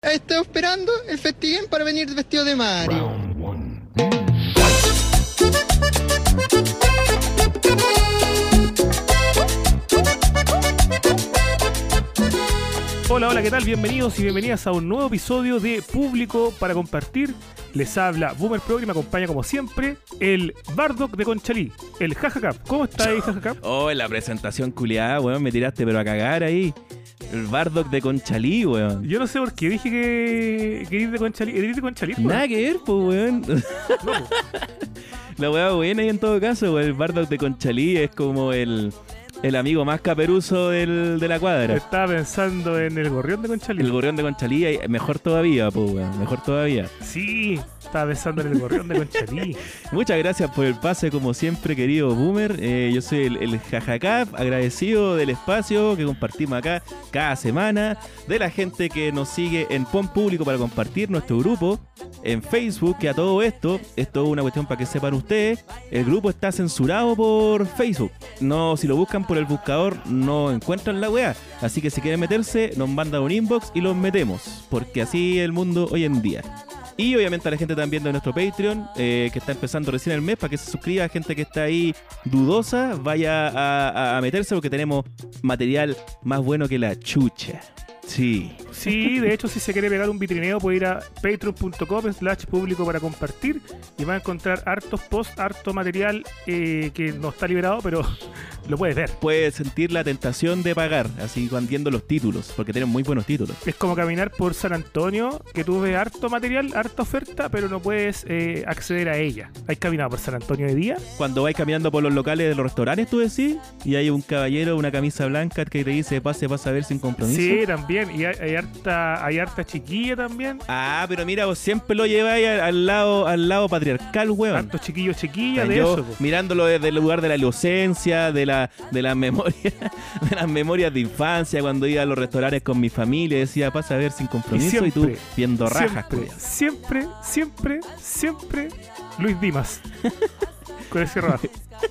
Estoy esperando el festiguen para venir vestido de Mario. Hola, ¿qué tal? Bienvenidos y bienvenidas a un nuevo episodio de Público para Compartir. Les habla Boomer Pro y me acompaña como siempre el Bardock de Conchalí, el Jajacap. ¿Cómo está ahí, Jajacap? Oh, la presentación culiada, weón, me tiraste pero a cagar ahí. El Bardock de Conchalí, weón. Yo no sé por qué dije que eres de Conchalí. ¿Eres de Conchalí, weón? Nada que ver, pues, weón. No, po. La weá buena ahí en todo caso, weón. El Bardock de Conchalí es como el amigo más caperuzo de la cuadra. Estaba pensando en el gorrión de Conchalí. El gorrión de Conchalí, mejor todavía, pues, weón. Mejor todavía. Sí, estaba pensando en el gorrión de Conchalí. Muchas gracias por el pase, como siempre, querido Boomer. Yo soy el Jajacap, agradecido del espacio que compartimos acá cada semana, de la gente que nos sigue en PON Público para compartir nuestro grupo, en Facebook, que a todo esto es una cuestión para que sepan ustedes, el grupo está censurado por Facebook. No, si lo buscan por el buscador no encuentran la weá, así que si quieren meterse, nos mandan un inbox y los metemos, porque así es el mundo hoy en día. Y obviamente a la gente también de nuestro Patreon, que está empezando recién el mes, para que se suscriba. Gente que está ahí dudosa, vaya a meterse, porque tenemos material más bueno que la chucha. Sí. Sí, de hecho, si se quiere pegar un vitrineo, puede ir a patreon.com/público para compartir y va a encontrar hartos posts, harto material que no está liberado, pero lo puedes ver. Puedes sentir la tentación de pagar, así cuando viendo los títulos, porque tienen muy buenos títulos. Es como caminar por San Antonio, que tú ves harto material, harta oferta, pero no puedes acceder a ella. ¿Has caminado por San Antonio de día? Cuando vais caminando por los locales de los restaurantes, tú decís, y hay un caballero, una camisa blanca que te dice pase a ver sin compromiso. Sí, también. Y hay harta chiquilla también. Ah, pero mira, vos siempre lo lleváis al lado patriarcal, weón. Hartos chiquillos, chiquillas, de yo, eso. Po. Mirándolo desde el lugar de la inocencia, de las memorias de infancia, cuando iba a los restaurantes con mi familia, decía pasa a ver sin compromiso, siempre, y tú viendo rajas, siempre, Luis Dimas. Con ese rajo.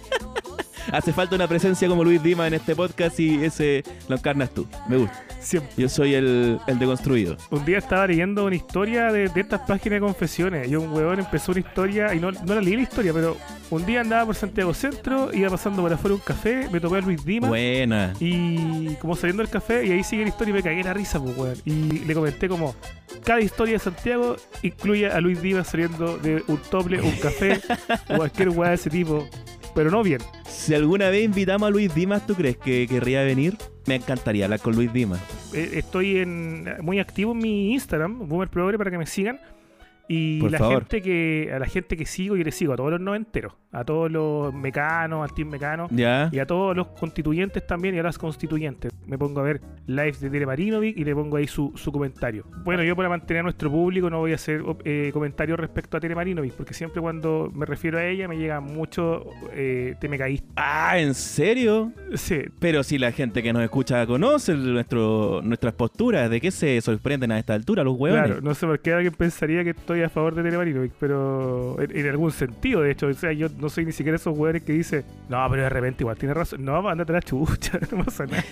Hace falta una presencia como Luis Dimas en este podcast y ese lo encarnas tú. Me gusta. Siempre. Yo soy el deconstruido. Un día estaba leyendo una historia de estas páginas de confesiones y un huevón empezó una historia y no la leí la historia, pero un día andaba por Santiago Centro, iba pasando por afuera un café, me topé a Luis Dimas. Buena. Y como saliendo del café, y ahí sigue la historia y me cagué la risa, pues, weón. Y le comenté como, cada historia de Santiago incluye a Luis Dimas saliendo de un tople, un café o cualquier weá de ese tipo. Pero no bien. Si alguna vez invitamos a Luis Dimas, ¿tú crees que querría venir? Me encantaría hablar con Luis Dimas. Estoy muy activo en mi Instagram, Boomer Progre, para que me sigan. Y a la gente que sigo, yo le sigo a todos los noventeros, a todos los mecanos, al team mecano, ¿ya? Y a todos los constituyentes también y a las constituyentes. Me pongo a ver lives de Tere Marinovic y le pongo ahí su comentario. Bueno, yo para mantener a nuestro público no voy a hacer comentarios respecto a Tere Marinovic, porque siempre cuando me refiero a ella me llega mucho te me caíste. Ah, ¿en serio? Sí. Pero si la gente que nos escucha conoce nuestras posturas, ¿de qué se sorprenden a esta altura los huevones? Claro, no sé por qué alguien pensaría que estoy a favor de Tere Marinovic, pero en algún sentido, de hecho, o sea, yo no soy ni siquiera esos hueones que dicen, no, pero de repente igual tiene razón. No, ándate a la chucha, no pasa nada.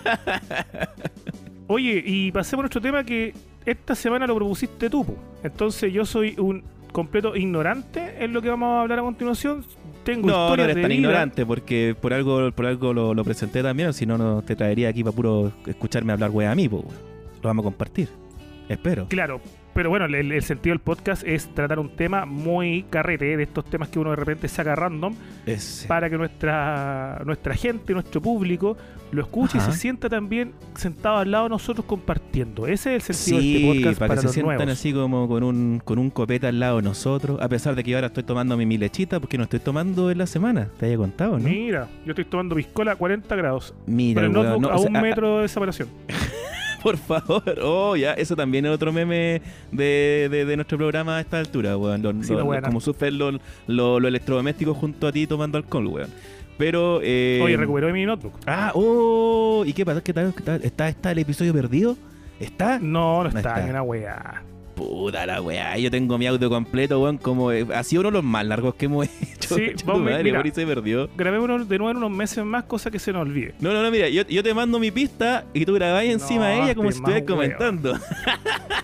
Oye, y pasemos a otro tema que esta semana lo propusiste tú, po. Entonces yo soy un completo ignorante en lo que vamos a hablar a continuación. Tengo no eres de tan vida. ignorante, porque por algo lo presenté también, si no, no te traería aquí para puro escucharme hablar wea a mí, po. Lo vamos a compartir, espero. Claro. Pero bueno, el sentido del podcast es tratar un tema muy carrete, de estos temas que uno de repente saca random, para que nuestra gente, nuestro público, lo escuche. Ajá. Y se sienta también sentado al lado de nosotros compartiendo. Ese es el sentido de este podcast para que los se sientan nuevos. Así como con un copete al lado de nosotros, a pesar de que yo ahora estoy tomando mi lechita, porque no estoy tomando en la semana, te había contado, ¿no? Mira, yo estoy tomando piscola a 40 grados. Mira, pero el notebook a un metro de separación. Por favor, ya, eso también es otro meme de nuestro programa a esta altura, weón. Como sufren los electrodomésticos junto a ti tomando alcohol, weón. Pero, oye, recuperó mi notebook. ¿Y qué pasa? ¿Está el episodio perdido? ¿Está? No está, ni una weá. Puta la weá, yo tengo mi audio completo, weón, como ha sido uno de los más largos que hemos hecho. Sí, mira, por ahí se perdió. Grabémonos de nuevo en unos meses más, cosa que se nos olvide. No, mira, yo te mando mi pista y tú grabáis encima de ella como si estuvieras comentando.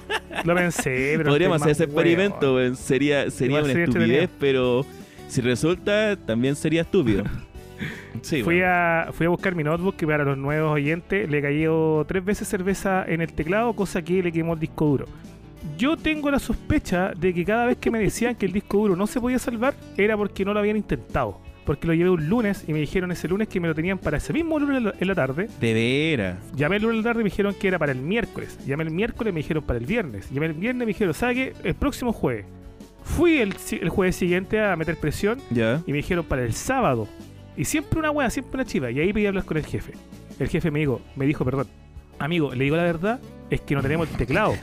Lo pensé, pero podríamos hacer ese más experimento, weón. Sería Igual una sería estupidez, entretenido. pero si resulta, también sería estúpido. Sí, Fui weón. a buscar mi notebook, que para los nuevos oyentes le cayó 3 veces cerveza en el teclado, cosa que le quemó el disco duro. Yo tengo la sospecha de que cada vez que me decían que el disco duro no se podía salvar, era porque no lo habían intentado. Porque lo llevé un lunes y me dijeron ese lunes que me lo tenían para ese mismo lunes en la tarde. De veras. Llamé el lunes en la tarde y me dijeron que era para el miércoles. Llamé el miércoles y me dijeron para el viernes. Llamé el viernes y me dijeron, ¿sabe qué? El próximo jueves. Fui el jueves siguiente a meter presión Ya. y me dijeron para el sábado. Y siempre una wea, siempre una chiva. Y ahí pedí hablar con el jefe. El jefe me dijo, perdón, amigo, le digo la verdad, es que no tenemos el teclado.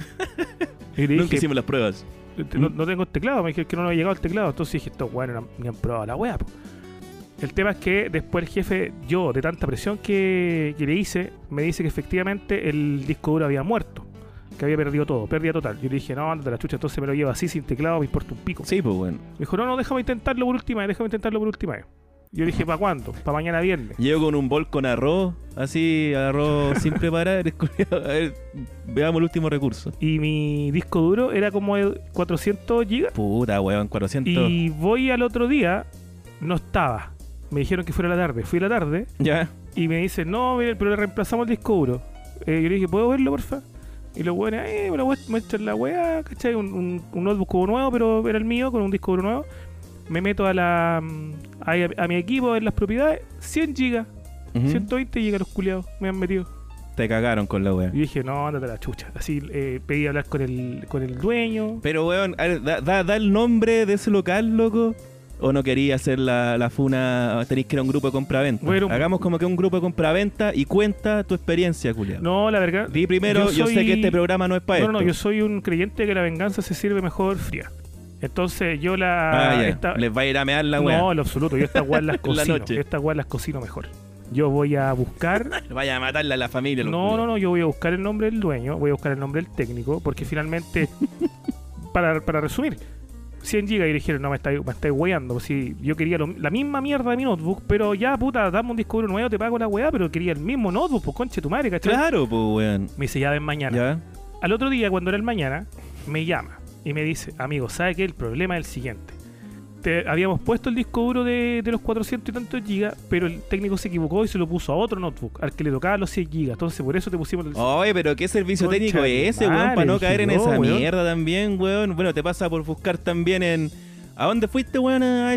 Y le Nunca dije, hicimos las pruebas. no tengo el teclado. Me dijeron que no nos ha llegado el teclado. Entonces dije, estos weones ni han probado la wea, po. El tema es que después el jefe, yo, de tanta presión que le hice, me dice que efectivamente el disco duro había muerto. Que había perdido todo, pérdida total. Yo le dije, no, ándate la chucha, entonces me lo llevo así sin teclado, me importa un pico. Sí, pues bueno. Me dijo, no, déjame intentarlo por última vez. Yo le dije, ¿para cuándo? Para mañana viernes. Llego con un bol con arroz, así, arroz sin preparar. A ver, veamos el último recurso. Y mi disco duro era como de 400 gigas. Puta, weón, 400. Y voy al otro día, no estaba. Me dijeron que fuera a la tarde. Fui a la tarde Ya. y me dicen, no, mire, pero le reemplazamos el disco duro. Yo le dije, ¿puedo verlo, porfa? Y los weones, me echan la weá, ¿cachai? Un notebook como nuevo, pero era el mío, con un disco duro nuevo. Me meto a mi equipo en las propiedades, 100 gigas, 120 gigas los culiados, me han metido. Te cagaron con la wea. Y dije, no, ándate a la chucha. Así pedí hablar con el dueño. Pero weón, a ver, da el nombre de ese local, loco. ¿O no quería hacer la funa? Tenéis que ir a un grupo de compraventa. Bueno, hagamos como que un grupo de compraventa y cuenta tu experiencia, culiao. No, la verdad. Di primero, yo sé que este programa no es para esto. No, yo soy un creyente que la venganza se sirve mejor fría. Entonces yo les va a ir a mear la weá. No, en lo absoluto. Yo estas weas las En la cocino. noche. Estas weas las cocino mejor. Yo voy a buscar. Vaya a matarla a la familia. No, yo voy a buscar el nombre del dueño, voy a buscar el nombre del técnico, porque finalmente, para resumir, 100 gigas y dijeron, no, me estáis weando. Pues si yo quería la misma mierda de mi notebook, pero ya, puta, dame un disco duro nuevo, te pago la weá, pero quería el mismo notebook, pues conche tu madre, ¿cachai? Claro, pues weón. Me dice, ya ven mañana. Ya. Al otro día, cuando era el mañana, me llama y me dice, amigo, ¿sabe qué? El problema es el siguiente. Habíamos puesto el disco duro de los 400 y tantos gigas, pero el técnico se equivocó y se lo puso a otro notebook, al que le tocaba los 100 gigas. Entonces, por eso te pusimos el... Oye, pero ¿qué servicio Concha técnico de es ese, madre, weón? Para no caer en dije, esa no, weón. mierda también, weón. Bueno, te pasa por buscar también en... ¿A dónde fuiste, weón? ¿A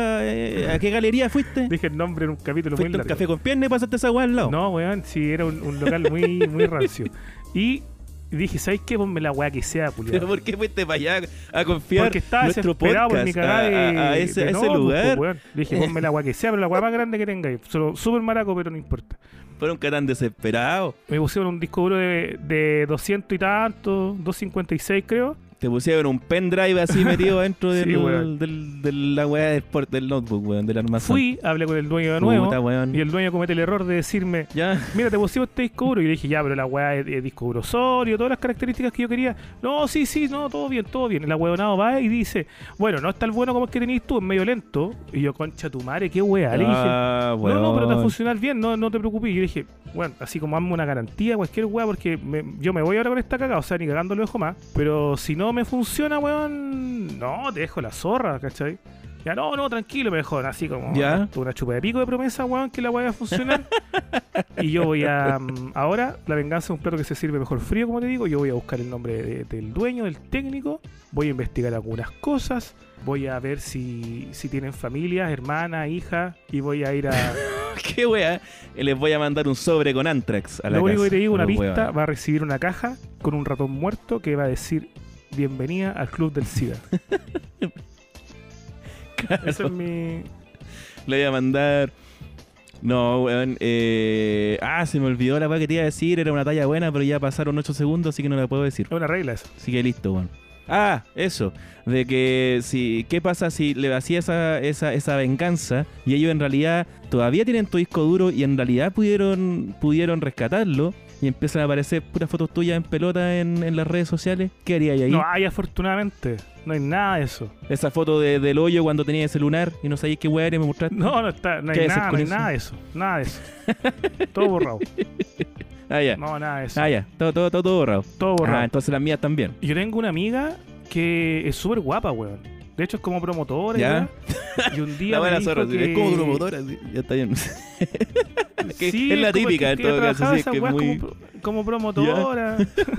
qué galería fuiste? Dije el nombre en un capítulo muy ¿Fuiste a un largo. café con pierna y pasaste esa weá al lado? No, weón, sí, era un local muy, muy rancio. Y dije, ¿sabes qué? Ponme la weá que sea, ¿Pero puliado. por qué fuiste para allá a confiar Porque estaba nuestro desesperado por podcast mi cagada a ese notebook, lugar? po, weón. Le dije, ponme la weá que sea, pero la weá más grande que tengáis. Solo súper maraco, pero no importa. Fueron que tan desesperados. Me pusieron un disco duro de 200 y tanto, 256 creo. Te pusieron un pendrive así metido dentro Sí, weón. de la weá del notebook, weón, del almacén. Fui, hablé con el dueño de nuevo. Puta, weón. Y el dueño comete el error de decirme, Ya. mira, te pusimos este disco duro. Y le dije, ya, pero la weá es disco duro sólido, todas las características que yo quería. No, sí, no, todo bien, todo bien. El ahueonado va y dice, bueno, no es tan bueno como el que tenías tú, es medio lento. Y yo, concha tu madre, qué weá. Le dije, no, pero te va a funcionar bien, no te preocupes. Y yo le dije, bueno, así como hazme una garantía, cualquier weá, porque yo me voy ahora con esta cagada, o sea, ni cagando lo dejo más. Pero si no me funciona, weón, no, te dejo la zorra, ¿cachai? Ya, no, tranquilo, mejor, así como ¿Ya? una chupa de pico de promesa, weón, que la weá va a funcionar. Y yo voy a... ahora, la venganza es un plato que se sirve mejor frío, como te digo. Yo voy a buscar el nombre del dueño, del técnico. Voy a investigar algunas cosas. Voy a ver si tienen familias, hermanas, hijas. Y voy a ir a... Qué weá. Les voy a mandar un sobre con Antrax a la Lo único casa. que te digo, una Los pista, weones. va a recibir una caja con un ratón muerto que va a decir bienvenida al club del SIDA. Ese es mi... Le voy a mandar... No, weón. Se me olvidó la weá que te iba a decir. Era una talla buena, pero ya pasaron 8 segundos, así que no la puedo decir. Es una regla eso. Así que listo, weón. Eso. De que si... ¿Qué pasa si le hacía esa venganza y ellos en realidad todavía tienen tu disco duro y en realidad pudieron rescatarlo y empiezan a aparecer puras fotos tuyas en pelota en las redes sociales? ¿Qué harías ahí? No hay, afortunadamente. No hay nada de eso. Esa foto del hoyo cuando tenías el lunar y no sabías qué weá era y me mostraste. No hay ¿Qué haces nada, con no hay eso? nada de eso. Nada de eso. Todo borrado. ya. No, nada de eso. Ya. Todo borrado. Todo borrado. Entonces las mías también. Yo tengo una amiga que es súper guapa, weón. De hecho, es como promotora. ¿Ya? Y un día me dijo que... Es como promotora, sí. Ya está bien. Sí, es la típica, en todo caso. Sí, que muy... como promotora.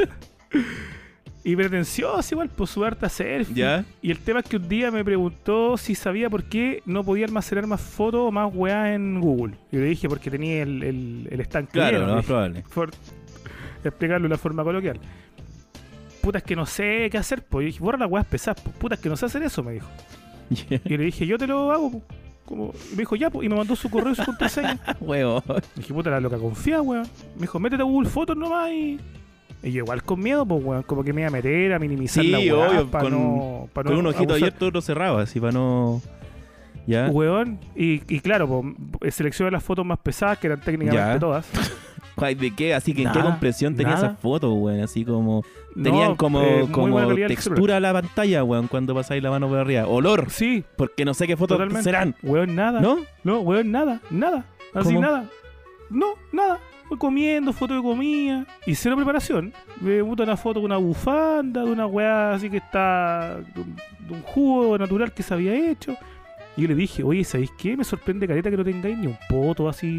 Y pretenciosa igual, pues su harta selfie. ¿Ya? Y el tema es que un día me preguntó si sabía por qué no podía almacenar más fotos o más weá en Google. Y le dije porque tenía el estanque. Claro, lo más probable. Por explicarlo de una forma coloquial. Puta, es que no sé qué hacer, pues. Y dije, borra las weas pesadas, pues. Puta, es que no sé hacer eso, me dijo. Yeah. Y le dije, yo te lo hago, pues. Y me dijo, ya, pues. Y me mandó su correo y su contraseña. Huevo. Dije, puta, la loca confía, weón. Me dijo, métete a Google Fotos nomás y yo igual con miedo, pues, weón. Como que me iba a meter, a minimizar la weá. Obvio, con un ojito abierto, otro cerrado, así para no... ¿Ya? Weón. Y claro, pues, seleccioné las fotos más pesadas, que eran técnicamente todas. ¿De qué? Así que ¿en qué compresión tenía esas fotos, weón? Así como... No, tenían como textura la la pantalla, weón, cuando pasáis la mano por arriba. Olor. Sí. Porque no sé qué fotos serán. Weón, nada. ¿No? No, weón, nada. Así, ¿Cómo? nada. No, nada. Voy comiendo, foto de comida. Y cero preparación. Me puta una foto con una bufanda, de una weá así que está... de un jugo natural que se había hecho. Y yo le dije, oye, ¿sabéis qué? Me sorprende, careta, que no tengáis ni un poto así,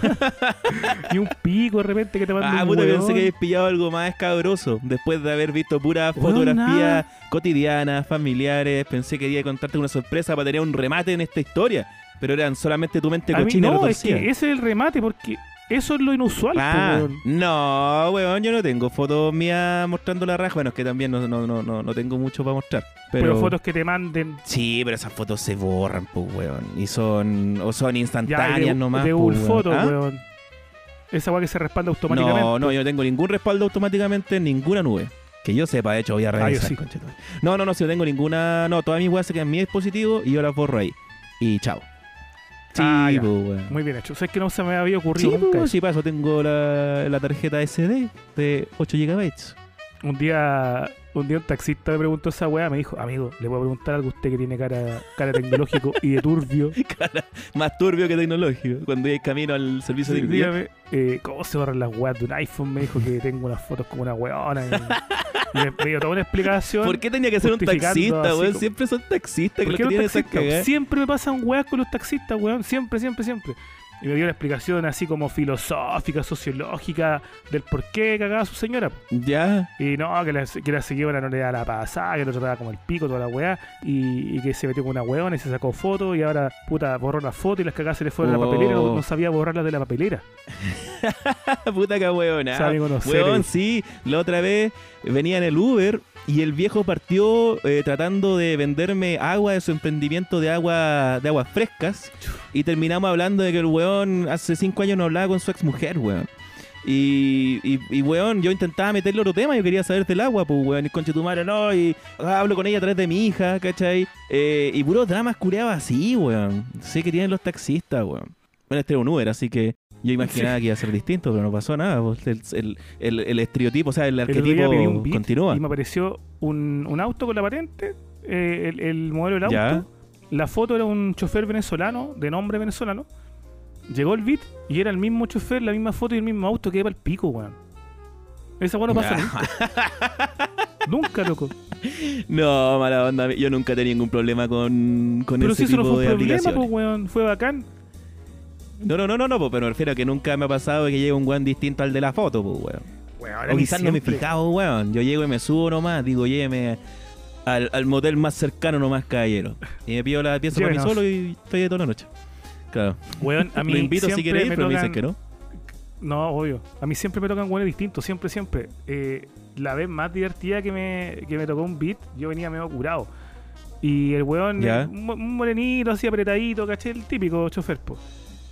ni un pico de repente que te manden puta, pensé que habéis pillado algo más escabroso. Después de haber visto puras fotografías cotidianas, familiares, pensé que quería contarte una sorpresa para tener un remate en esta historia. Pero eran solamente tu mente cochina y retorcida. Es que ese es el remate, porque eso es lo inusual, weón. No, weón, yo no tengo fotos mías mostrando la raja. Bueno, es que también no tengo mucho para mostrar. Pero fotos que te manden. Sí, pero esas fotos se borran, pues, weón. Y son instantáneas nomás. De Google Fotos, ¿Ah? weón. Esa weá que se respalda automáticamente. No, yo no tengo ningún respaldo automáticamente en ninguna nube. Que yo sepa, de hecho, voy a revisar. Sí. No, si no tengo ninguna. No, todas mis weas se quedan en mi dispositivo y yo las borro ahí. Y chao. Sí, pues, weón. Muy bien hecho. O sea, es que no se me había ocurrido nunca. Pues, sí, para eso tengo la tarjeta SD de 8 GB. Un día un taxista me preguntó esa weá, me dijo, amigo, le voy a preguntar algo a usted que tiene cara tecnológico y de turbio. Cara más turbio que tecnológico. Cuando hay camino al servicio de dígame, ¿cómo se borran las weas de un iPhone? Me dijo que tengo unas fotos como una weona. Y me dio toda una explicación. ¿Por qué tenía que ser un taxista, weón? Siempre son taxistas que los que tienen esas cagadas. Siempre me pasan weas con los taxistas, weón. Siempre. Y me dio una explicación así como filosófica, sociológica del por qué cagaba a su señora. Ya. Y no, que la seguidora no le da la pasada, que lo trataba como el pico, toda la weá. Y que se metió con una weona y se sacó fotos y ahora, puta, borró la foto y las cagadas se le fueron a la papelera. No sabía borrarlas de la papelera. Puta que weona. Weón, sí. La otra vez venía en el Uber y el viejo partió tratando de venderme agua de su emprendimiento de aguas frescas. Y terminamos hablando de que el weón hace 5 años no hablaba con su ex mujer, weón. Y weón, yo intentaba meterle otro tema, yo quería saber del agua, pues weón, y conche tu madre, no, y hablo con ella a través de mi hija, ¿cachai? Y puros dramas cureados así, weón. Sé que tienen los taxistas, weón. Bueno, este era un Uber, así que yo imaginaba que iba a ser distinto, pero no pasó nada. Pues el estereotipo, o sea, el arquetipo continúa. Y me apareció un auto con la patente, el modelo del auto. ¿Ya? La foto era un chofer venezolano, de nombre venezolano. Llegó el beat y era el mismo chofer, la misma foto y el mismo auto que iba al pico, weón. Esa weón no pasa nunca. Nunca, loco. No, mala onda. Yo nunca tenía ningún problema con pero ese si tipo eso no fue de un problema, aplicaciones. pues, weón. Fue bacán. No, pero me refiero a que nunca me ha pasado que llegue un weón distinto al de la foto, pues, weón. O quizás no me he fijado, weón. Yo llego y me subo nomás, digo, lléveme al motel más cercano nomás, caballero. Y me pido la pieza para mí solo y estoy de toda la noche. Claro. Weón, a mí lo invito si quieres ir, pero me dicen que no. No, obvio. A mí siempre me tocan weones distintos, siempre. La vez más divertida que me tocó un beat, yo venía medio curado. Y el weón, un morenito, así apretadito, ¿caché? El típico chofer, po.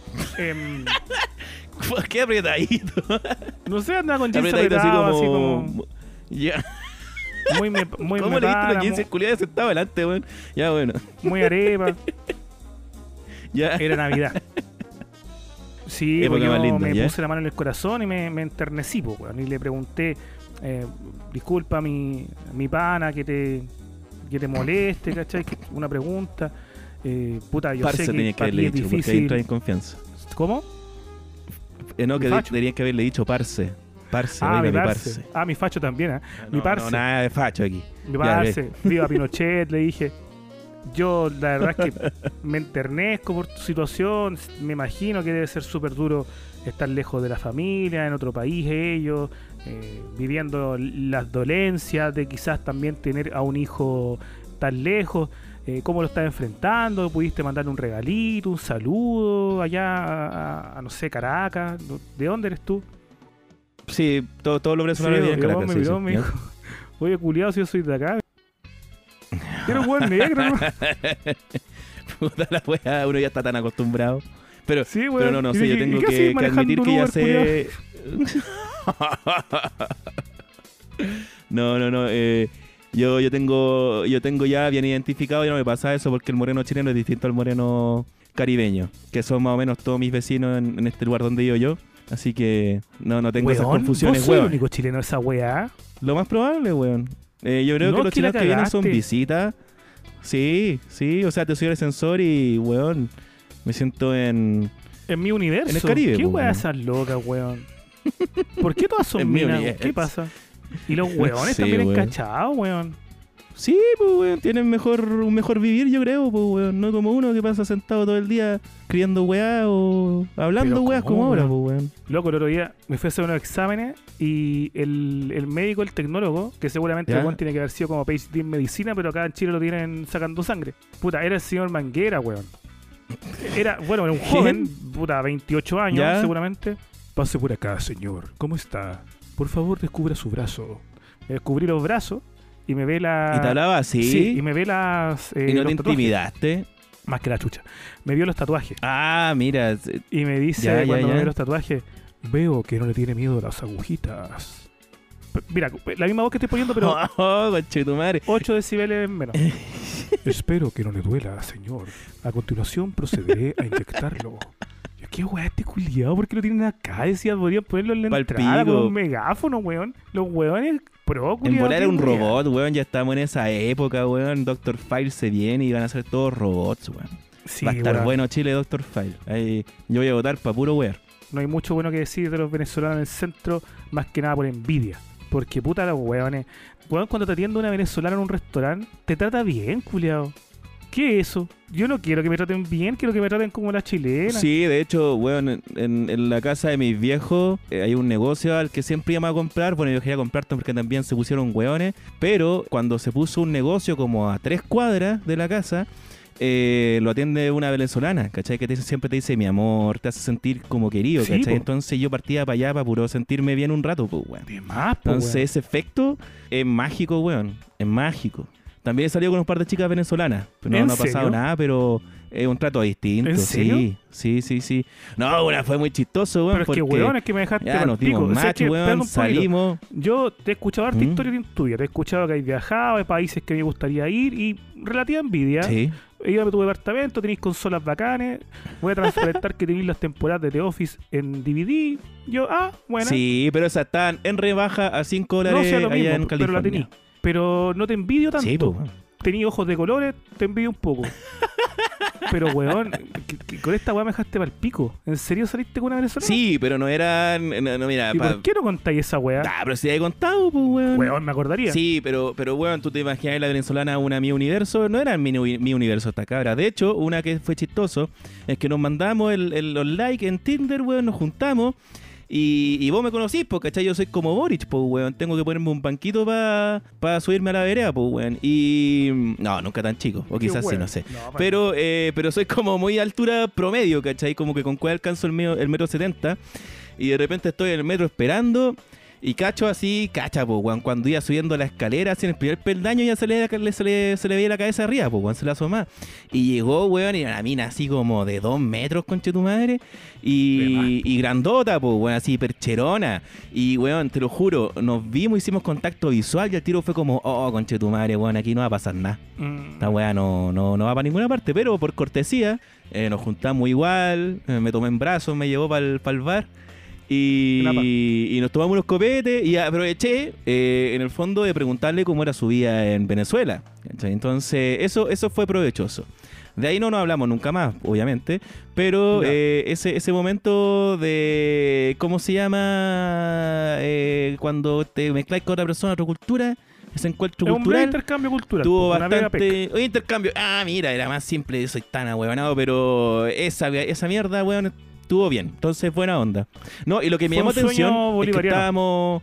¿Por qué apretadito? No sé, andaba con jeans apretado, así como... Ya. Muy ¿Cómo le viste los jeans culiados sentado adelante, weón? Ya, bueno. Muy arepa. Ya. Era Navidad. Sí, porque yo me puse la mano en el corazón y me enternecí, po, weón. Y le pregunté, disculpa mi pana que te moleste, ¿cachai? Una pregunta. Puta, yo Parce, sé que para ti es difícil. Porque ahí entra en confianza. ¿Cómo? No, que tenías que haberle dicho parce. Parce, mi parce. Mi facho también, ¿eh? Mi No, parce. no, nada de facho aquí. Mi parce. Viva Pinochet, le dije. Yo, la verdad es que me enternezco por tu situación. Me imagino que debe ser súper duro estar lejos de la familia, en otro país ellos, viviendo las dolencias de quizás también tener a un hijo tan lejos. ¿Cómo lo estás enfrentando? ¿Pudiste mandarle un regalito, un saludo allá a no sé, Caracas? ¿De dónde eres tú? Sí, todos los venezolanos viven en Caracas. Me miró, me dijo, oye, culiado, si yo soy de acá. Quiero un buen negro, ¿no? Puta la wea, uno ya está tan acostumbrado. Pero, sí, pero no sé, yo tengo que admitir que ya sé... No. Yo tengo ya bien identificado, ya no me pasa eso porque el moreno chileno es distinto al moreno caribeño, que son más o menos todos mis vecinos en este lugar donde vivo yo. Así que no tengo esas confusiones, weón. ¿Vos sos el único chileno de esa weá? Lo más probable, weón. Yo creo que los chilenos que vienen son visitas. Sí, o sea, te soy el ascensor y, weón, me siento en mi universo. En el Caribe. ¿Qué weá esas locas, weón? ¿Por qué todas son minas? ¿Qué pasa? Y los weones también encachados, weón. Sí, pues, weón, tienen un mejor vivir, yo creo, pues, weón. No como uno que pasa sentado todo el día criando weá o hablando weás como ahora, pues, weón. Loco, el otro día me fui a hacer unos exámenes y el médico, el tecnólogo, que seguramente el weón tiene que haber sido como PhD en medicina, pero acá en Chile lo tienen sacando sangre. Puta, era el señor Manguera, weón. Era un joven, puta, 28 años, seguramente. Pase por acá, señor. ¿Cómo está? Por favor, descubra su brazo. Me descubrí los brazos. Y me ve la... ¿Y te hablaba así? Sí, y me ve las... ¿Y no te intimidaste? Más que la chucha. Me vio los tatuajes. Ah, mira. Y me dice, cuando me ve los tatuajes, veo que no le tiene miedo a las agujitas. Mira, la misma voz que estoy poniendo, pero... ¡Oh, conchetumare! 8 decibeles menos. Espero que no le duela, señor. A continuación procederé a inyectarlo. ¿Qué weá este culiado? ¿Por qué lo tienen acá? Decía, podrían ponerlo en la entrada con un megáfono, weón. Los weones pro, culiado. En volar era un robot, weón. Ya estamos en esa época, weón. Dr. File se viene y van a ser todos robots, weón. Sí, va a estar bueno Chile, Dr. File. Ahí, yo voy a votar para puro weón. No hay mucho bueno que decir de los venezolanos en el centro, más que nada por envidia. Porque puta los weones. Weón, cuando te atiende una venezolana en un restaurante, te trata bien, culiado. ¿Qué es eso? Yo no quiero que me traten bien, quiero que me traten como la chilena. Sí, de hecho, weón, en la casa de mis viejos hay un negocio al que siempre íbamos a comprar. Bueno, yo quería comprar porque también se pusieron weones. Pero cuando se puso un negocio como a 3 cuadras de la casa, lo atiende una venezolana, ¿cachai? Que siempre te dice mi amor, te hace sentir como querido, ¿cachai? Sí, entonces yo partía para allá para puro sentirme bien un rato, pues, weón. Entonces ese efecto es mágico, weón. Es mágico. También he salido con un par de chicas venezolanas. Pero no ha pasado nada, pero es un trato distinto. ¿En serio? Sí. No, bueno, fue muy chistoso, weón. Pero es que, weón, es que me dejaste ya nos dimos match, weón, salimos. Yo te he escuchado harta historia tuya. Te he escuchado que has viajado, hay países que me gustaría ir y relativa envidia. Sí. He ido a tu departamento, tenéis consolas bacanes. Voy a transparentar que tenéis las temporadas de The Office en DVD. Yo, bueno. Sí, pero esas están en rebaja a $5 no sé lo allá mismo, en California. Pero la tení. Pero no te envidio tanto. Sí, pues. Tení ojos de colores, te envidio un poco. Pero, weón, con esta weá me dejaste para el pico. ¿En serio saliste con una venezolana? Sí, pero no eran... No, mira, ¿Y por qué no contáis esa weá? Pero si he contado, pues, weón. Weón, me acordaría. Sí, pero weón, tú te imaginas la venezolana una Mi Universo. No era mi Universo esta cabra. De hecho, una que fue chistoso es que nos mandamos los likes en Tinder, weón, nos juntamos. Y vos me conocís, porque ¿cachai? Yo soy como Boric, pues, weón. Tengo que ponerme un banquito para subirme a la vereda, pues, weón. Y... No, nunca tan chico. O quizás sí, no sé. No, pero soy como muy altura promedio, ¿cachai? Como que con cuál alcanzo el 1,70 m. Y de repente estoy en el metro esperando... Y cacho así, cacha, pues, weón, cuando iba subiendo la escalera, así en el primer peldaño ya se le veía la cabeza arriba, pues, weón, se la asomaba. Y llegó, weón, y la mina así como de 2 metros, conche tu madre, y grandota, pues, weón, así percherona. Y, weón, te lo juro, nos vimos, hicimos contacto visual y el tiro fue como, conche tu madre, weón, aquí no va a pasar nada. Esta weá no va para ninguna parte, pero por cortesía, nos juntamos igual, me tomé en brazos, me llevó para el bar. Y nos tomamos unos copetes y aproveché en el fondo de preguntarle cómo era su vida en Venezuela, ¿cachai? Entonces eso fue provechoso. De ahí no nos hablamos nunca más, obviamente, pero ese momento de, ¿cómo se llama? Cuando te mezclas con otra persona, otra cultura, ese encuentro cultural. Un intercambio cultural. Tuvo bastante... Un intercambio. Ah, mira, era más simple, yo soy tan ahuevanado, pero esa mierda, weón, estuvo bien. Entonces, buena onda. No, y lo que me llamó atención es que estábamos...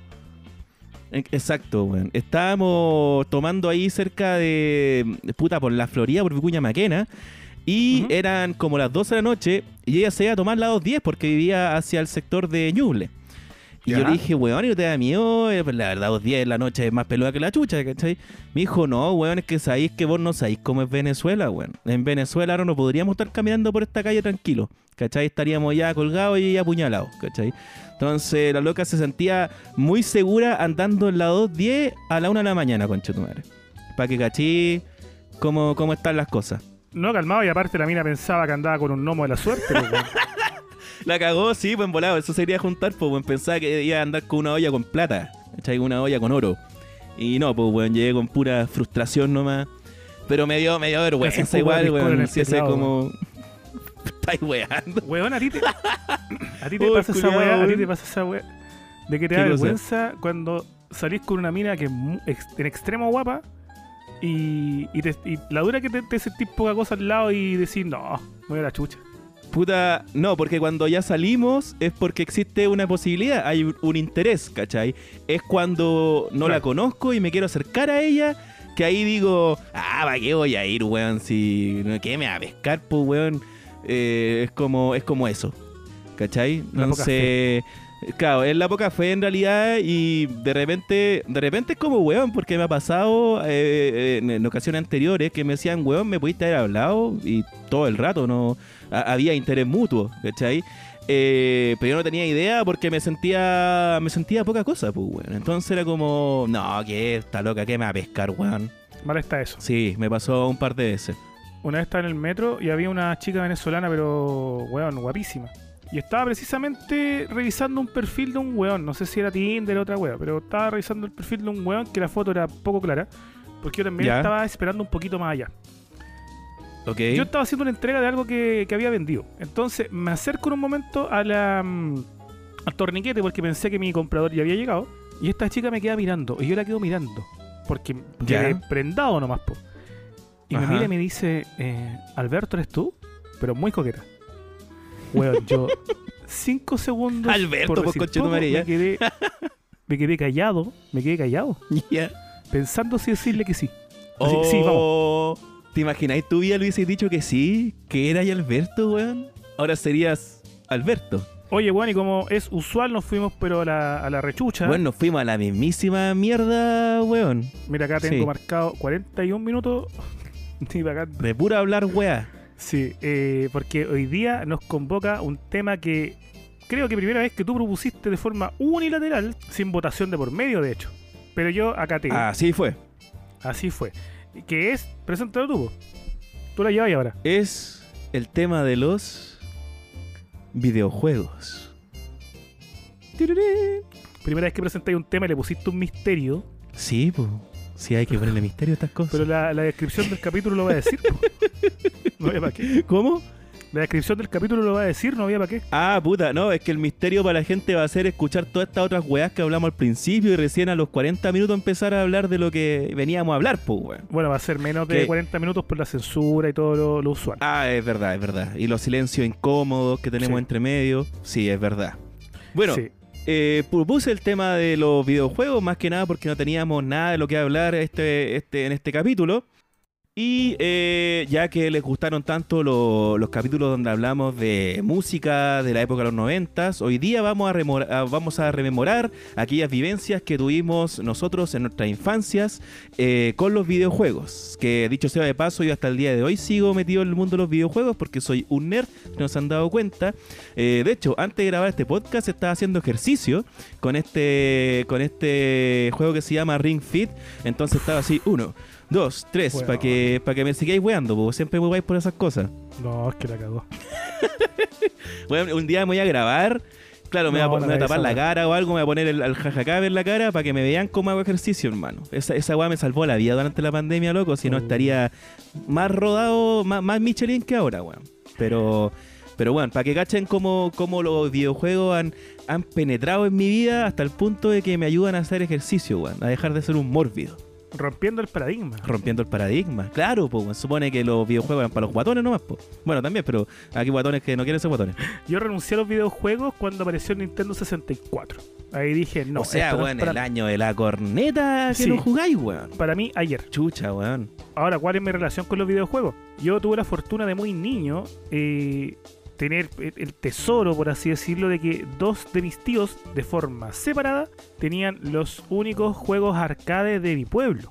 Exacto, weón. Estábamos tomando ahí cerca de... Puta, por la Florida, por Vicuña Maquena. Y eran como las 12 de la noche. Y ella se iba a tomar las 2:10 porque vivía hacia el sector de Ñuble. Y yo le dije, weón, ¿y no te da miedo? Pues la verdad, 2:10 de la noche es más peluda que la chucha, ¿cachai? Me dijo, no, weón, es que sabéis que vos no sabéis cómo es Venezuela, weón. En Venezuela ahora no podríamos estar caminando por esta calle tranquilo, ¿cachai? Estaríamos ya colgados y apuñalados, ¿cachai? Entonces la loca se sentía muy segura andando en la 2:10 a la 1 de la mañana, concha tu madre. Para que cachí cómo están las cosas. No, calmado, y aparte la mina pensaba que andaba con un gnomo de la suerte, pues, La cagó, sí, pues volado, eso sería juntar, pues, weón. Pensaba que iba a andar con una olla con plata, ¿cachai? Una olla con oro. Y no, pues, weón, llegué con pura frustración nomás. Pero me dio vergüenza igual, weón. Si ese como... Estáis weando. Weón, a ti te pasa esa weá, a ti te pasa esa weá. De que te da vergüenza cuando salís con una mina que es en extremo guapa y la dura que te sentís poca cosa al lado y decís, no, me voy a la chucha. Puta, no, porque cuando ya salimos es porque existe una posibilidad, hay un interés, ¿cachai? Es cuando no la conozco y me quiero acercar a ella, que ahí digo, ¿para qué voy a ir, weón? Si, ¿qué me va a pescar, pues, weón? Es como eso, ¿cachai? Entonces, claro, es la poca fe en realidad y de repente es como, weón, porque me ha pasado en ocasiones anteriores que me decían, weón, me pudiste haber hablado y todo el rato no había interés mutuo, ¿cachai? Pero yo no tenía idea porque me sentía poca cosa, pues, weón. Entonces era como, no, que esta loca, ¿qué me va a pescar, weón? Mal está eso. Sí, me pasó un par de veces. Una vez estaba en el metro y había una chica venezolana, pero, weón, guapísima. Y estaba precisamente revisando un perfil de un weón. No sé si era Tinder o otra weón, pero estaba revisando el perfil de un weón que la foto era poco clara. Porque yo también estaba esperando un poquito más allá. Okay. Yo estaba haciendo una entrega de algo que había vendido. Entonces me acerco en un momento al torniquete porque pensé que mi comprador ya había llegado. Y esta chica me queda mirando. Y yo la quedo mirando. Porque quedé prendado nomás, po. Y me mira y me dice, Alberto, ¿eres tú? Pero muy coqueta. Weón, yo 5 segundos Alberto, por coche tu María. Me quedé callado. Yeah. Pensando si decirle que sí. Así, Oh, sí, vamos. ¿Te imagináis tú ya le hubieses dicho que sí? Que era Alberto, weón. Ahora serías Alberto. Oye, weón, y como es usual, nos fuimos pero a la rechucha. Bueno, nos fuimos a la mismísima mierda, weón. Mira, acá tengo marcado 41 minutos de pura hablar, weá. Sí, porque hoy día nos convoca un tema que creo que primera vez que tú propusiste de forma unilateral, sin votación de por medio, de hecho. Pero yo acaté. Así fue. Que es, preséntalo tú. Tú la llevas ahora. Es el tema de los videojuegos. Primera vez que presentáis un tema y le pusiste un misterio. Sí, pues. Sí, hay que ponerle misterio a estas cosas. Pero la descripción del capítulo lo va a decir, po. No había para qué. ¿Cómo? La descripción del capítulo lo va a decir, no había para qué. Ah, puta, no, es que el misterio para la gente va a ser escuchar todas estas otras weas que hablamos al principio y recién a los 40 minutos empezar a hablar de lo que veníamos a hablar, pues, weón. Bueno, va a ser menos de 40 minutos por la censura y todo lo usual. Ah, es verdad. Y los silencios incómodos que tenemos entre medio. Sí, es verdad. Bueno, puse el tema de los videojuegos, más que nada porque no teníamos nada de lo que hablar en este capítulo. Y ya que les gustaron tanto los capítulos donde hablamos de música de la época de los 90s, hoy día vamos a rememorar aquellas vivencias que tuvimos nosotros en nuestras infancias con los videojuegos. Que dicho sea de paso, yo hasta el día de hoy sigo metido en el mundo de los videojuegos porque soy un nerd, no se han dado cuenta. De hecho, antes de grabar este podcast estaba haciendo ejercicio con este juego que se llama Ring Fit. Entonces estaba así, 1, 2, 3, bueno, para que me sigáis weando, porque siempre me weáis por esas cosas. No, es que la cagó. Bueno, un día me voy a grabar Claro, me voy a tapar la cara o algo, me voy a poner el jajacabe en la cara para que me vean cómo hago ejercicio, hermano. Esa weá me salvó la vida durante la pandemia, loco. Si no, estaría más rodado, más Michelin que ahora, weón. Pero bueno, para que cachen cómo los videojuegos han penetrado en mi vida hasta el punto de que me ayudan a hacer ejercicio, weón. A dejar de ser un mórbido. Rompiendo el paradigma. Claro, pues supone que los videojuegos eran para los guatones nomás, pues. Bueno, también, pero aquí guatones que no quieren ser guatones. Yo renuncié a los videojuegos cuando apareció el Nintendo 64. Ahí dije, no. O sea, weón, el año de la corneta que no jugáis, weón. Para mí, ayer. Chucha, weón. Ahora, ¿cuál es mi relación con los videojuegos? Yo tuve la fortuna de muy niño tener el tesoro, por así decirlo, de que 2 de mis tíos, de forma separada, tenían los únicos juegos arcade de mi pueblo.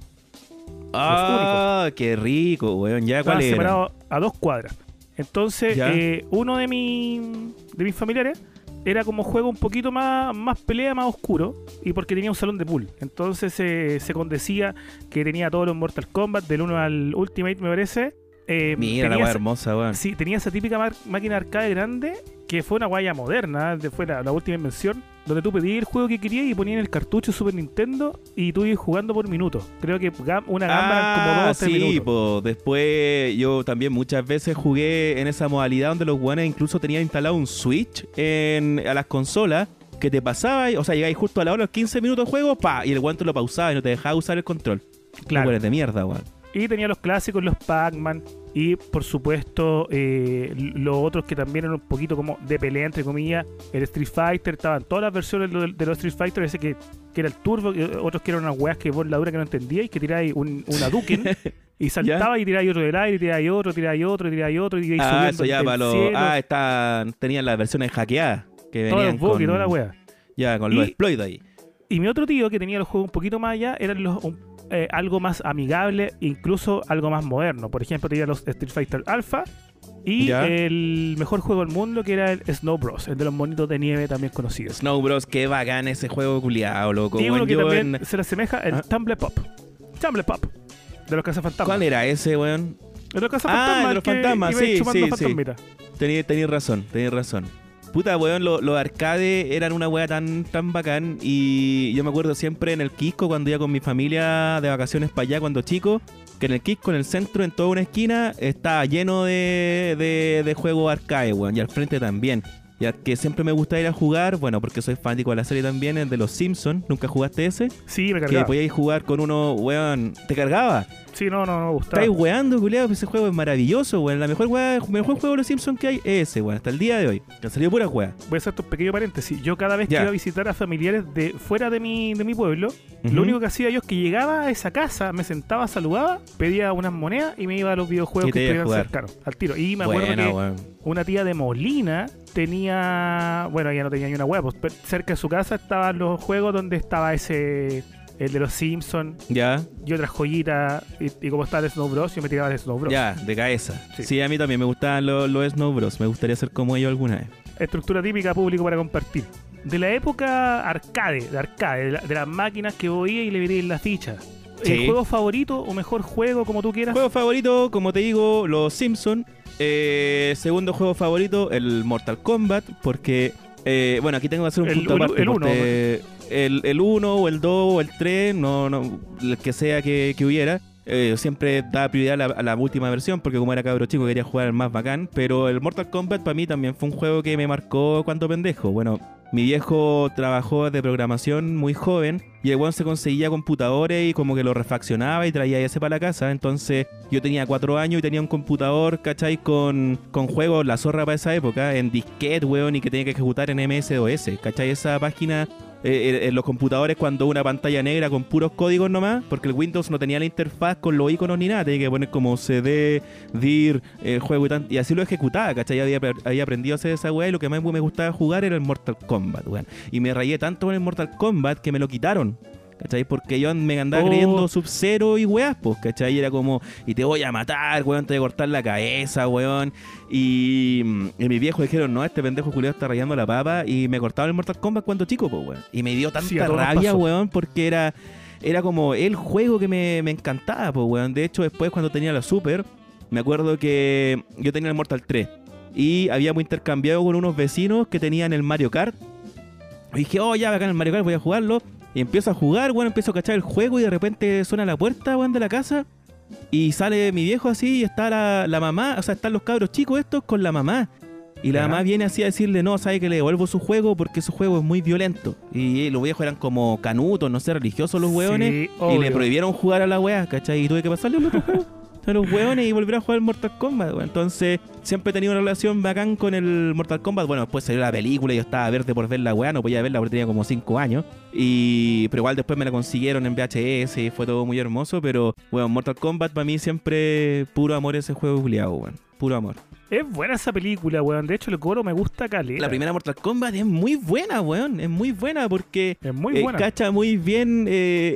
Ah, qué rico, weón. ¿Ya cuál era? Separados a 2 cuadras. Entonces, uno de mis familiares era como juego un poquito más pelea, más oscuro, y porque tenía un salón de pool. Entonces se condecía que tenía todos los Mortal Kombat, del 1 al Ultimate, me parece. Mira la guay hermosa, weón. Sí, tenía esa típica máquina arcade grande, que fue una guaya moderna, fue la última invención, donde tú pedías el juego que querías y ponías el cartucho Super Nintendo y tú ibas jugando por minuto. Creo que una gamba eran como 2 o 3 minutos. Sí, pues después yo también muchas veces jugué en esa modalidad donde los guanes incluso tenían instalado un Switch a las consolas, que te pasaba, o sea, llegabas justo a la hora, los 15 minutos de juego, y el guante lo pausaba y no te dejaba usar el control. Claro. De mierda, weón. Y tenía los clásicos, los Pac-Man y por supuesto los otros que también eran un poquito como de pelea, entre comillas. El Street Fighter, estaban todas las versiones de los Street Fighter, ese que era el Turbo, otros que eran unas weas que vos la dura que no entendíais, que tiráis una Duken y saltaba y tiráis otro del aire, y tiráis otro, y tiráis otro, y tiráis otro, y ibais subiendo eso ya para los... tenían las versiones hackeadas que venían con... y toda la wea. Ya, con los exploits ahí. Y mi otro tío que tenía los juegos un poquito más allá, eran algo más amigable, incluso algo más moderno. Por ejemplo, tenía los Street Fighter Alpha y el mejor juego del mundo, que era el Snow Bros, el de los monitos de nieve también conocido. Snow Bros, qué bacán ese juego culiado, loco. Y uno que también se le asemeja, el Tumble Pop, de los cazafantasmas. ¿Cuál era ese, weón? De los cazafantasmas. De los fantasmas, sí. Tenías razón. Puta, weón, los arcades eran una weá tan bacán. Y yo me acuerdo siempre en el Quisco, cuando iba con mi familia de vacaciones para allá cuando chico, que en el Quisco, en el centro, en toda una esquina, estaba lleno de juegos arcade, weón. Y al frente también. Ya que siempre me gusta ir a jugar, bueno, porque soy fanático de la serie también, el de los Simpsons. ¿Nunca jugaste ese? Sí, me cargaba. Que podíais jugar con uno, weón. ¿Te cargaba? Sí, no me gustaba. Estáis weando, culiado, ese juego es maravilloso, weón. El mejor juego de los Simpsons que hay es ese, weón. Hasta el día de hoy. Que han salido puras weas. Voy a hacer un pequeño paréntesis. Yo cada vez que iba a visitar a familiares de fuera de mi pueblo, lo único que hacía yo es que llegaba a esa casa, me sentaba, saludaba, pedía unas monedas y me iba a los videojuegos que estuvieran cercanos, al tiro. Y me acuerdo que una tía de Molina tenía... Bueno, ella no tenía ni una wea, pues cerca de su casa estaban los juegos donde estaba ese... El de los Simpsons. Ya. Y otras joyitas. Y como estaba el Snow Bros, yo me tiraba el Snow Bros. Ya, de cabeza. Sí, a mí también me gustaban los Snow Bros. Me gustaría ser como ellos alguna vez. Estructura típica, público para compartir. De la época arcade, de las máquinas que voy y le vería en la ficha. ¿El juego favorito o mejor juego, como tú quieras? Juego favorito, como te digo, los Simpsons. Segundo juego favorito, el Mortal Kombat. Porque, bueno, aquí tengo que hacer un punto aparte. El 1. El 1 o el 2 o el 3, no, el que sea que hubiera. Siempre daba prioridad a la última versión, porque como era cabro chico quería jugar el más bacán. Pero el Mortal Kombat para mí también fue un juego que me marcó cuando pendejo. Bueno, mi viejo trabajó de programación muy joven y el weón se conseguía computadores y como que lo refaccionaba y traía ese para la casa. Entonces yo tenía 4 años y tenía un computador, ¿cachai? Con juegos, la zorra para esa época, en disquete, weón, y que tenía que ejecutar en MS-DOS, ¿cachai? Esa página... en los computadores, cuando una pantalla negra con puros códigos nomás, porque el Windows no tenía la interfaz con los iconos ni nada, tenía que poner como CD, DIR, juego y así lo ejecutaba, ¿cachai? Había aprendido a hacer esa weá y lo que más me gustaba jugar era el Mortal Kombat, weón. Y me rayé tanto con el Mortal Kombat que me lo quitaron, ¿cachai? Porque yo me andaba creyendo Sub-Zero y weas, pues, ¿cachai? Y era como, y te voy a matar, weón, te voy a cortar la cabeza, weón. Y mis viejos dijeron, no, este pendejo culiado está rayando la papa. Y me cortaban el Mortal Kombat cuando chico, pues, weón. Y me dio tanta rabia, weón, porque era como el juego que me encantaba, pues, weón. De hecho, después cuando tenía la Super, me acuerdo que yo tenía el Mortal 3. Y habíamos intercambiado con unos vecinos que tenían el Mario Kart. Y dije, oh, ya, bacán el Mario Kart, voy a jugarlo. Y empiezo a jugar, weón, empiezo a cachar el juego y de repente suena la puerta, weón, de la casa. Y sale mi viejo así y está la mamá, o sea, están los cabros chicos estos con la mamá. Y la mamá viene así a decirle, no, sabe que le devuelvo su juego porque su juego es muy violento. Y los viejos eran como canutos, no sé, religiosos los hueones. Sí, y le prohibieron jugar a la weá, ¿cachai? Y tuve que pasarle un otro juego a los hueones y volver a jugar Mortal Kombat, weón. Entonces, siempre he tenido una relación bacán con el Mortal Kombat. Bueno, después salió la película y yo estaba verde por ver la weá, no podía verla porque tenía como 5 años. Pero igual después me la consiguieron en VHS y fue todo muy hermoso. Pero, weón, Mortal Kombat para mí siempre puro amor ese juego culiado, weón. Puro amor. Es buena esa película, weón. De hecho, el coro me gusta caleta. La primera Mortal Kombat es muy buena, weón. Es muy buena porque es muy buena. Cacha muy bien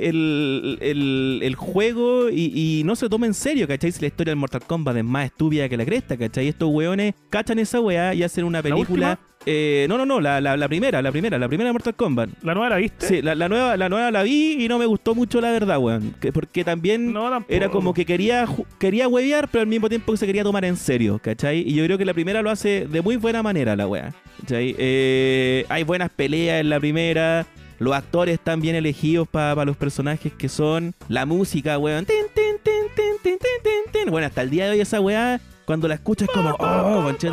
el juego y no se toma en serio, ¿cachai? Si la historia del Mortal Kombat es más estúpida que la cresta, ¿cachai? Estos weones cachan esa weá y hacen una película... No, la primera Mortal Kombat. ¿La nueva la viste? Sí, la nueva la vi y no me gustó mucho, la verdad, weón. Porque también era como que quería huevear, pero al mismo tiempo que se quería tomar en serio, ¿cachai? Y yo creo que la primera lo hace de muy buena manera, la weá, ¿cachai? Hay buenas peleas en la primera. Los actores están bien elegidos para los personajes que son. La música, weón. Bueno, hasta el día de hoy esa weá, cuando la escuchas como, oh, concha,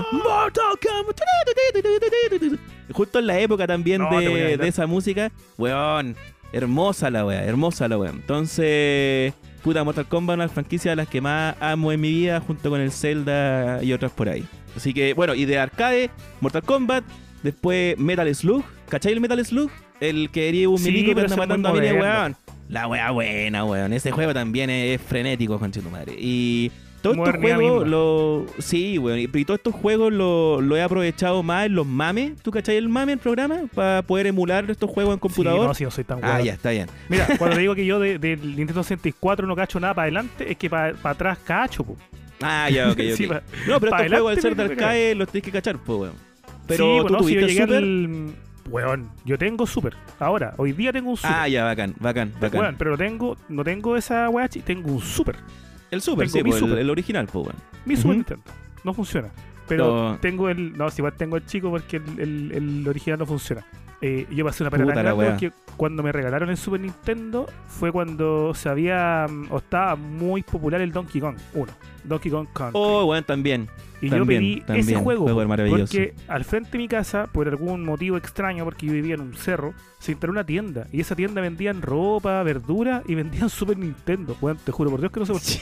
justo en la época también de esa música, weón, hermosa la weá. Entonces, puta, Mortal Kombat, una franquicia de las que más amo en mi vida, junto con el Zelda y otras por ahí. Así que, bueno, y de arcade, Mortal Kombat, después Metal Slug, ¿cachai el Metal Slug? El que hería un milico que anda matando a miles, weón. La weá buena, weón. Ese juego también es frenético, concha tu madre. Y todos estos juegos, sí, weón. Y todos estos juegos lo he aprovechado más en los mames. ¿Tú cachai el mame, el programa? Para poder emular estos juegos en computador. Sí, no soy tan weón. Ah, ya, está bien. Mira, cuando te digo que yo del Nintendo 64 no cacho nada para adelante, es que para atrás cacho, po. Ah, ya, ok. Sí, no, pero estos juegos al ser de arcade los tenés que cachar, po, weón. Pero sí, tú tuviste si Super... Weón, yo tengo Super. Ahora, hoy día tengo un Super. Ah, ya, bacán. Weón, pero no tengo esa weá, tengo un Super. El Super, tengo sí, el original, pues, weón. Mi Super Nintendo. No funciona. Pero tengo el... No, si igual tengo el chico porque el original no funciona. Yo pasé una pena tan grande porque cuando me regalaron el Super Nintendo fue cuando estaba muy popular el Donkey Kong 1. Donkey Kong Country. Oh, bueno, también. Y yo pedí ese juego porque al frente de mi casa, por algún motivo extraño, porque yo vivía en un cerro, se instaló una tienda. Y esa tienda vendían ropa, verdura y vendían Super Nintendo. Bueno, te juro por Dios que no sé por qué.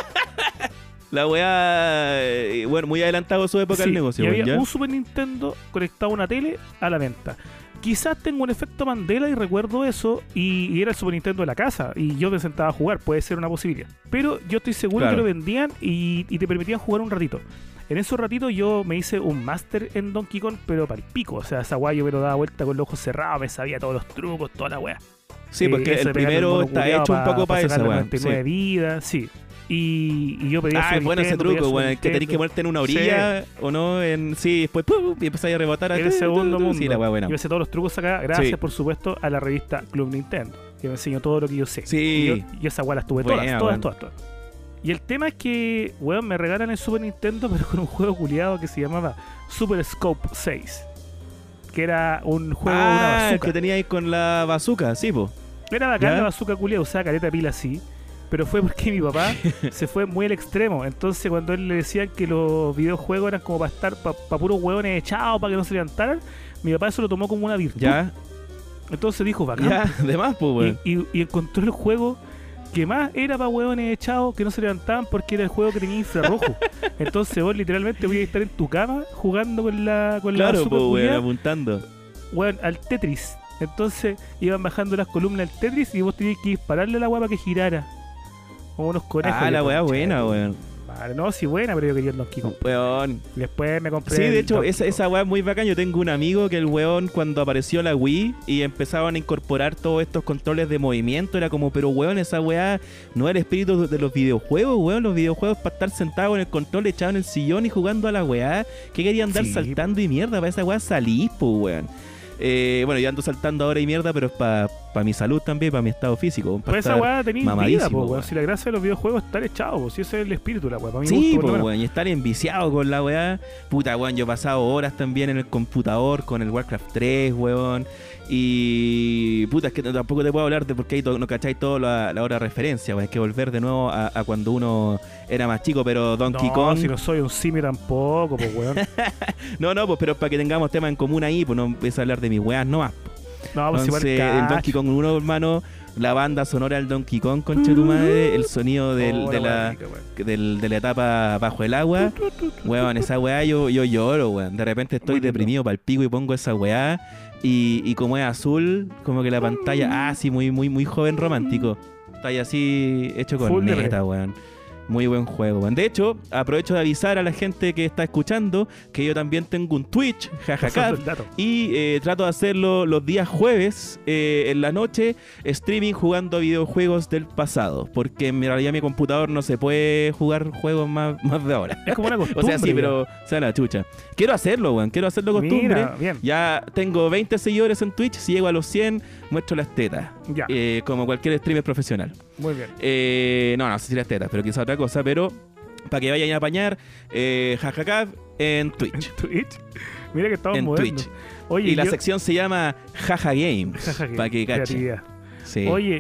La weá, bueno, muy adelantado a su época el negocio. Y había un Super Nintendo conectado a una tele a la venta. Quizás tengo un efecto Mandela y recuerdo eso, y era el Super Nintendo de la casa y yo me sentaba a jugar, puede ser una posibilidad. Pero yo estoy seguro que lo vendían y te permitían jugar un ratito. En esos ratitos yo me hice un máster en Donkey Kong, pero para el pico. O sea, esa weá yo me lo daba vuelta con los ojos cerrados, me sabía todos los trucos, toda la weá. Sí, porque el primero está hecho un poco para esa weá. 99 vidas, sí. Y yo pedía es bueno ese truco, bueno, que tenés que ponerte en una orilla o no, después ¡pum! Y empezáis a rebotar en el segundo mundo. Sí, la weá buena. Yo hice todos los trucos acá, gracias por supuesto a la revista Club Nintendo, que me enseñó todo lo que yo sé. Sí. Y esa weá las tuve todas. Y el tema es que, weón, me regalan el Super Nintendo, pero con un juego culiado que se llamaba Super Scope 6. Que era un juego de una bazooka. Que tenía ahí con la bazooka, sí, po. Era bacán la bazooka culiada, usaba caleta de pila así. Pero fue porque mi papá se fue muy al extremo. Entonces cuando él le decían que los videojuegos eran como para estar para puros hueones echados, para que no se levantaran, mi papá eso lo tomó como una virtud. Ya. Entonces dijo, bacán. Ya, de más, pues, weón. Y encontró el juego que más era para hueones echados que no se levantaban porque era el juego que tenía infrarrojo. Entonces vos literalmente voy a estar en tu cama jugando con la claro, pues, weón, apuntando. Weón, al Tetris. Entonces iban bajando las columnas del Tetris y vos tenías que dispararle a la weá para que girara. Como unos conejos. Ah, la weá buena, weón. Vale, no, sí buena, pero yo quería el Donkey Kong. Weón. Después me compré. Sí, de hecho, esa weá es muy bacán. Yo tengo un amigo que el weón, cuando apareció la Wii y empezaban a incorporar todos estos controles de movimiento, era como, pero weón, esa weá no era el espíritu de los videojuegos, weón. Los videojuegos para estar sentado en el control, echado en el sillón y jugando a la weá. ¿Qué querían andar saltando y mierda? Para esa weá salís, po, weón. Bueno, yo ando saltando ahora y mierda, pero es para mi salud también, para mi estado físico. Pues esa weá tenéis vida, po, weón. Si la gracia de los videojuegos es estar echado, po. Si ese es el espíritu, la weá. Sí, po, weón. Y estar enviciado con la weá. Puta, weón, yo he pasado horas también en el computador con el Warcraft 3, weón. Y puta, es que tampoco te puedo hablar de porque ahí no cacháis todo la hora de referencia, weón. Hay que volver de nuevo a cuando uno era más chico, pero Donkey Kong. No, si no soy un simio tampoco, pues weón. no, pues pero para que tengamos temas en común ahí, pues no empiezo a hablar de mis weas nomás. No, pues entonces, el Donkey Kong 1, hermano, la banda sonora del Donkey Kong, concha tu madre, el sonido de la etapa bajo el agua, weón, esa weá yo lloro, weón. De repente estoy deprimido pa'l pico y pongo esa weá. Y como es azul, como que la pantalla, sí, muy joven romántico. Está ahí así hecho con neta, weón. Muy buen juego, weón. De hecho, aprovecho de avisar a la gente que está escuchando que yo también tengo un Twitch, jajaja, y trato de hacerlo los días jueves en la noche, streaming jugando videojuegos del pasado, porque en realidad mi computador no se puede jugar juegos más de ahora. Es como una costumbre. O sea, sí, pero sea la chucha. Quiero hacerlo, weón, costumbre. Mira, bien. Ya tengo 20 seguidores en Twitch, si llego a los 100, muestro las tetas. Ya. Como cualquier streamer profesional. Muy bien. No sé si las tetas, pero quizá otra cosa, pero para que vayan a apañar jajaja en Twitch. ¿Twitch? Mira que estamos en modernos. Twitch. Oye, y la sección se llama Jaja Games, para que cachen. Sí, oye,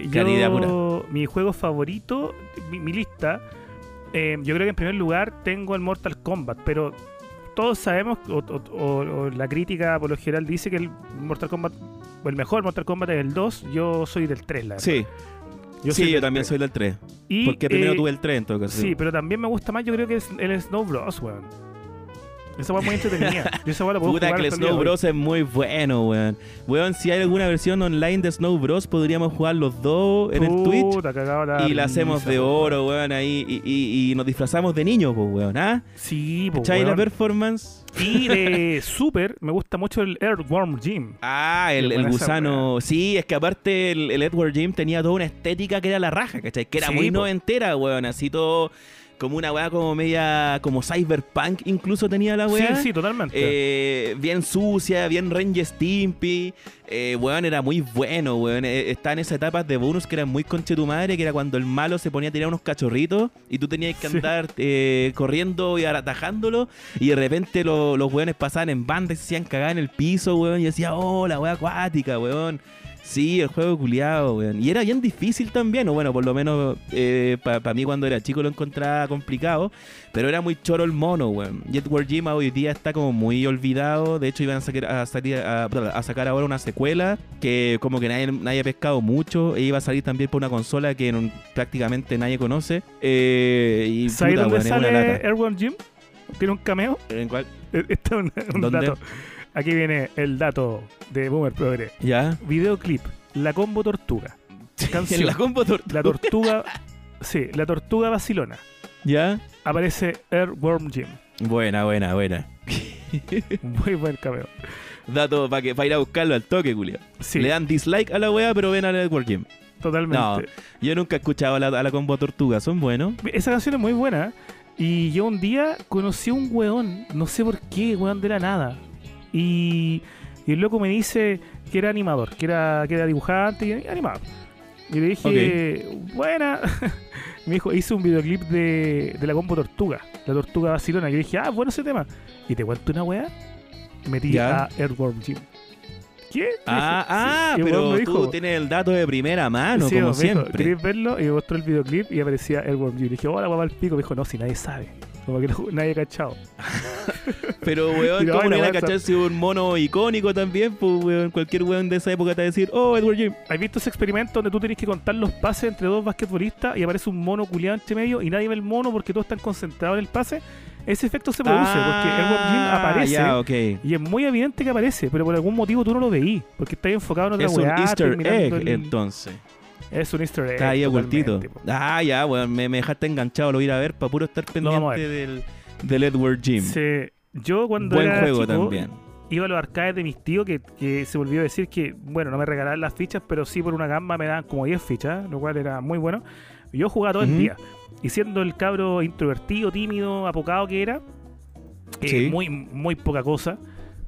mi juego favorito, mi lista, yo creo que en primer lugar tengo el Mortal Kombat, pero todos sabemos, o la crítica por lo general dice que el Mortal Kombat, o el mejor Mortal Kombat es el 2, yo soy del 3, la verdad. Sí. Yo también soy del 3. Porque primero tuve el 3 en todo caso. Sí, pero también me gusta más, yo creo que es el Snow Bros, weón. Esa weá es muy entretenida. Yo esa weá la puedo jugar. Puta, que el Snow Bros es muy bueno, weón. Weón, si hay alguna versión online de Snow Bros, podríamos jugar los dos en el Twitch. Y la hacemos de oro, weón, ahí. Y nos disfrazamos de niños, pues, weón, ¿ah? Sí, pues, ¿cachai la performance? Y de Super, me gusta mucho el Earthworm Jim. El gusano. Sí, es que aparte el Earthworm Jim tenía toda una estética que era la raja, ¿cachai? Que era muy noventera, weón, así todo... Como una weá como media... Como cyberpunk incluso tenía la weá. Sí, totalmente. Bien sucia, bien Ren y Stimpy. Weón, era muy bueno, weón. Está en esas etapas de bonus que eran muy conchetumadre, que era cuando el malo se ponía a tirar unos cachorritos y tú tenías que andar corriendo y atajándolo, y de repente los weones pasaban en banda y se hacían cagar en el piso, weón, y decía, oh, la weá acuática, weón. Sí, el juego culiado, weón. Y era bien difícil también, o bueno, por lo menos para mí cuando era chico lo encontraba complicado, pero era muy choro el mono, weón. Earthworm Jim hoy día está como muy olvidado. De hecho iban a sacar ahora una secuela que como que nadie ha pescado mucho, e iba a salir también por una consola que prácticamente nadie conoce. ¿Sabes dónde sale Earthworm Jim? ¿Tiene un cameo? ¿En cuál? Está un dato. Aquí viene el dato de Boomer Progre. ¿Ya? Videoclip, La Combo Tortuga. Canción, La Combo Tortuga. La Tortuga... Sí, La Tortuga Vacilona. ¿Ya? Aparece Earthworm Jim. Buena. Muy buen cameo. Dato para ir a buscarlo al toque, culiao. Sí. Le dan dislike a la weá, pero ven al Earthworm Jim. Totalmente. No, yo nunca he escuchado a la Combo Tortuga, son buenos. Esa canción es muy buena. Y yo un día conocí a un weón, no sé por qué, weón de la nada. Y el loco me dice que era animador, que era dibujante y animador. Y le dije, buena. Me dijo, hice un videoclip de la Combo Tortuga, la Tortuga Vacilona. Y yo dije, bueno ese tema. Y te cuento una weá, metí a Earthworm Jim. ¿Qué? Sí, pero tú tienes el dato de primera mano, como siempre. ¿Querés verlo? Y me mostró el videoclip y aparecía Earthworm Jim. Y dije, hola, guapa el pico. Me dijo, no, si nadie sabe. Como que nadie ha cachado. Pero, weón, ¿cómo no iba a cachar si un mono icónico también? Pues, weón, cualquier weón de esa época te va a decir, oh, Earthworm Jim. ¿Has visto ese experimento donde tú tenés que contar los pases entre dos basquetbolistas y aparece un mono culiado entre medio y nadie ve el mono porque todos están concentrados en el pase? Ese efecto se produce porque Earthworm Jim aparece y es muy evidente que aparece, pero por algún motivo tú no lo veís porque estás enfocado en otra weá. Es un Easter egg, entonces. Es un Easter egg. Está ahí ocultito. Ya, weón, me dejaste enganchado, lo voy a ir a ver para puro estar pendiente del Earthworm Jim. Sí. Yo cuando Buen era juego chico, también. Iba a los arcades de mis tíos que se volvió a decir que, bueno, no me regalaban las fichas, pero sí por una gamba me daban como 10 fichas, lo cual era muy bueno. Yo jugaba todo el día. Y siendo el cabro introvertido, tímido, apocado que era, muy, muy poca cosa,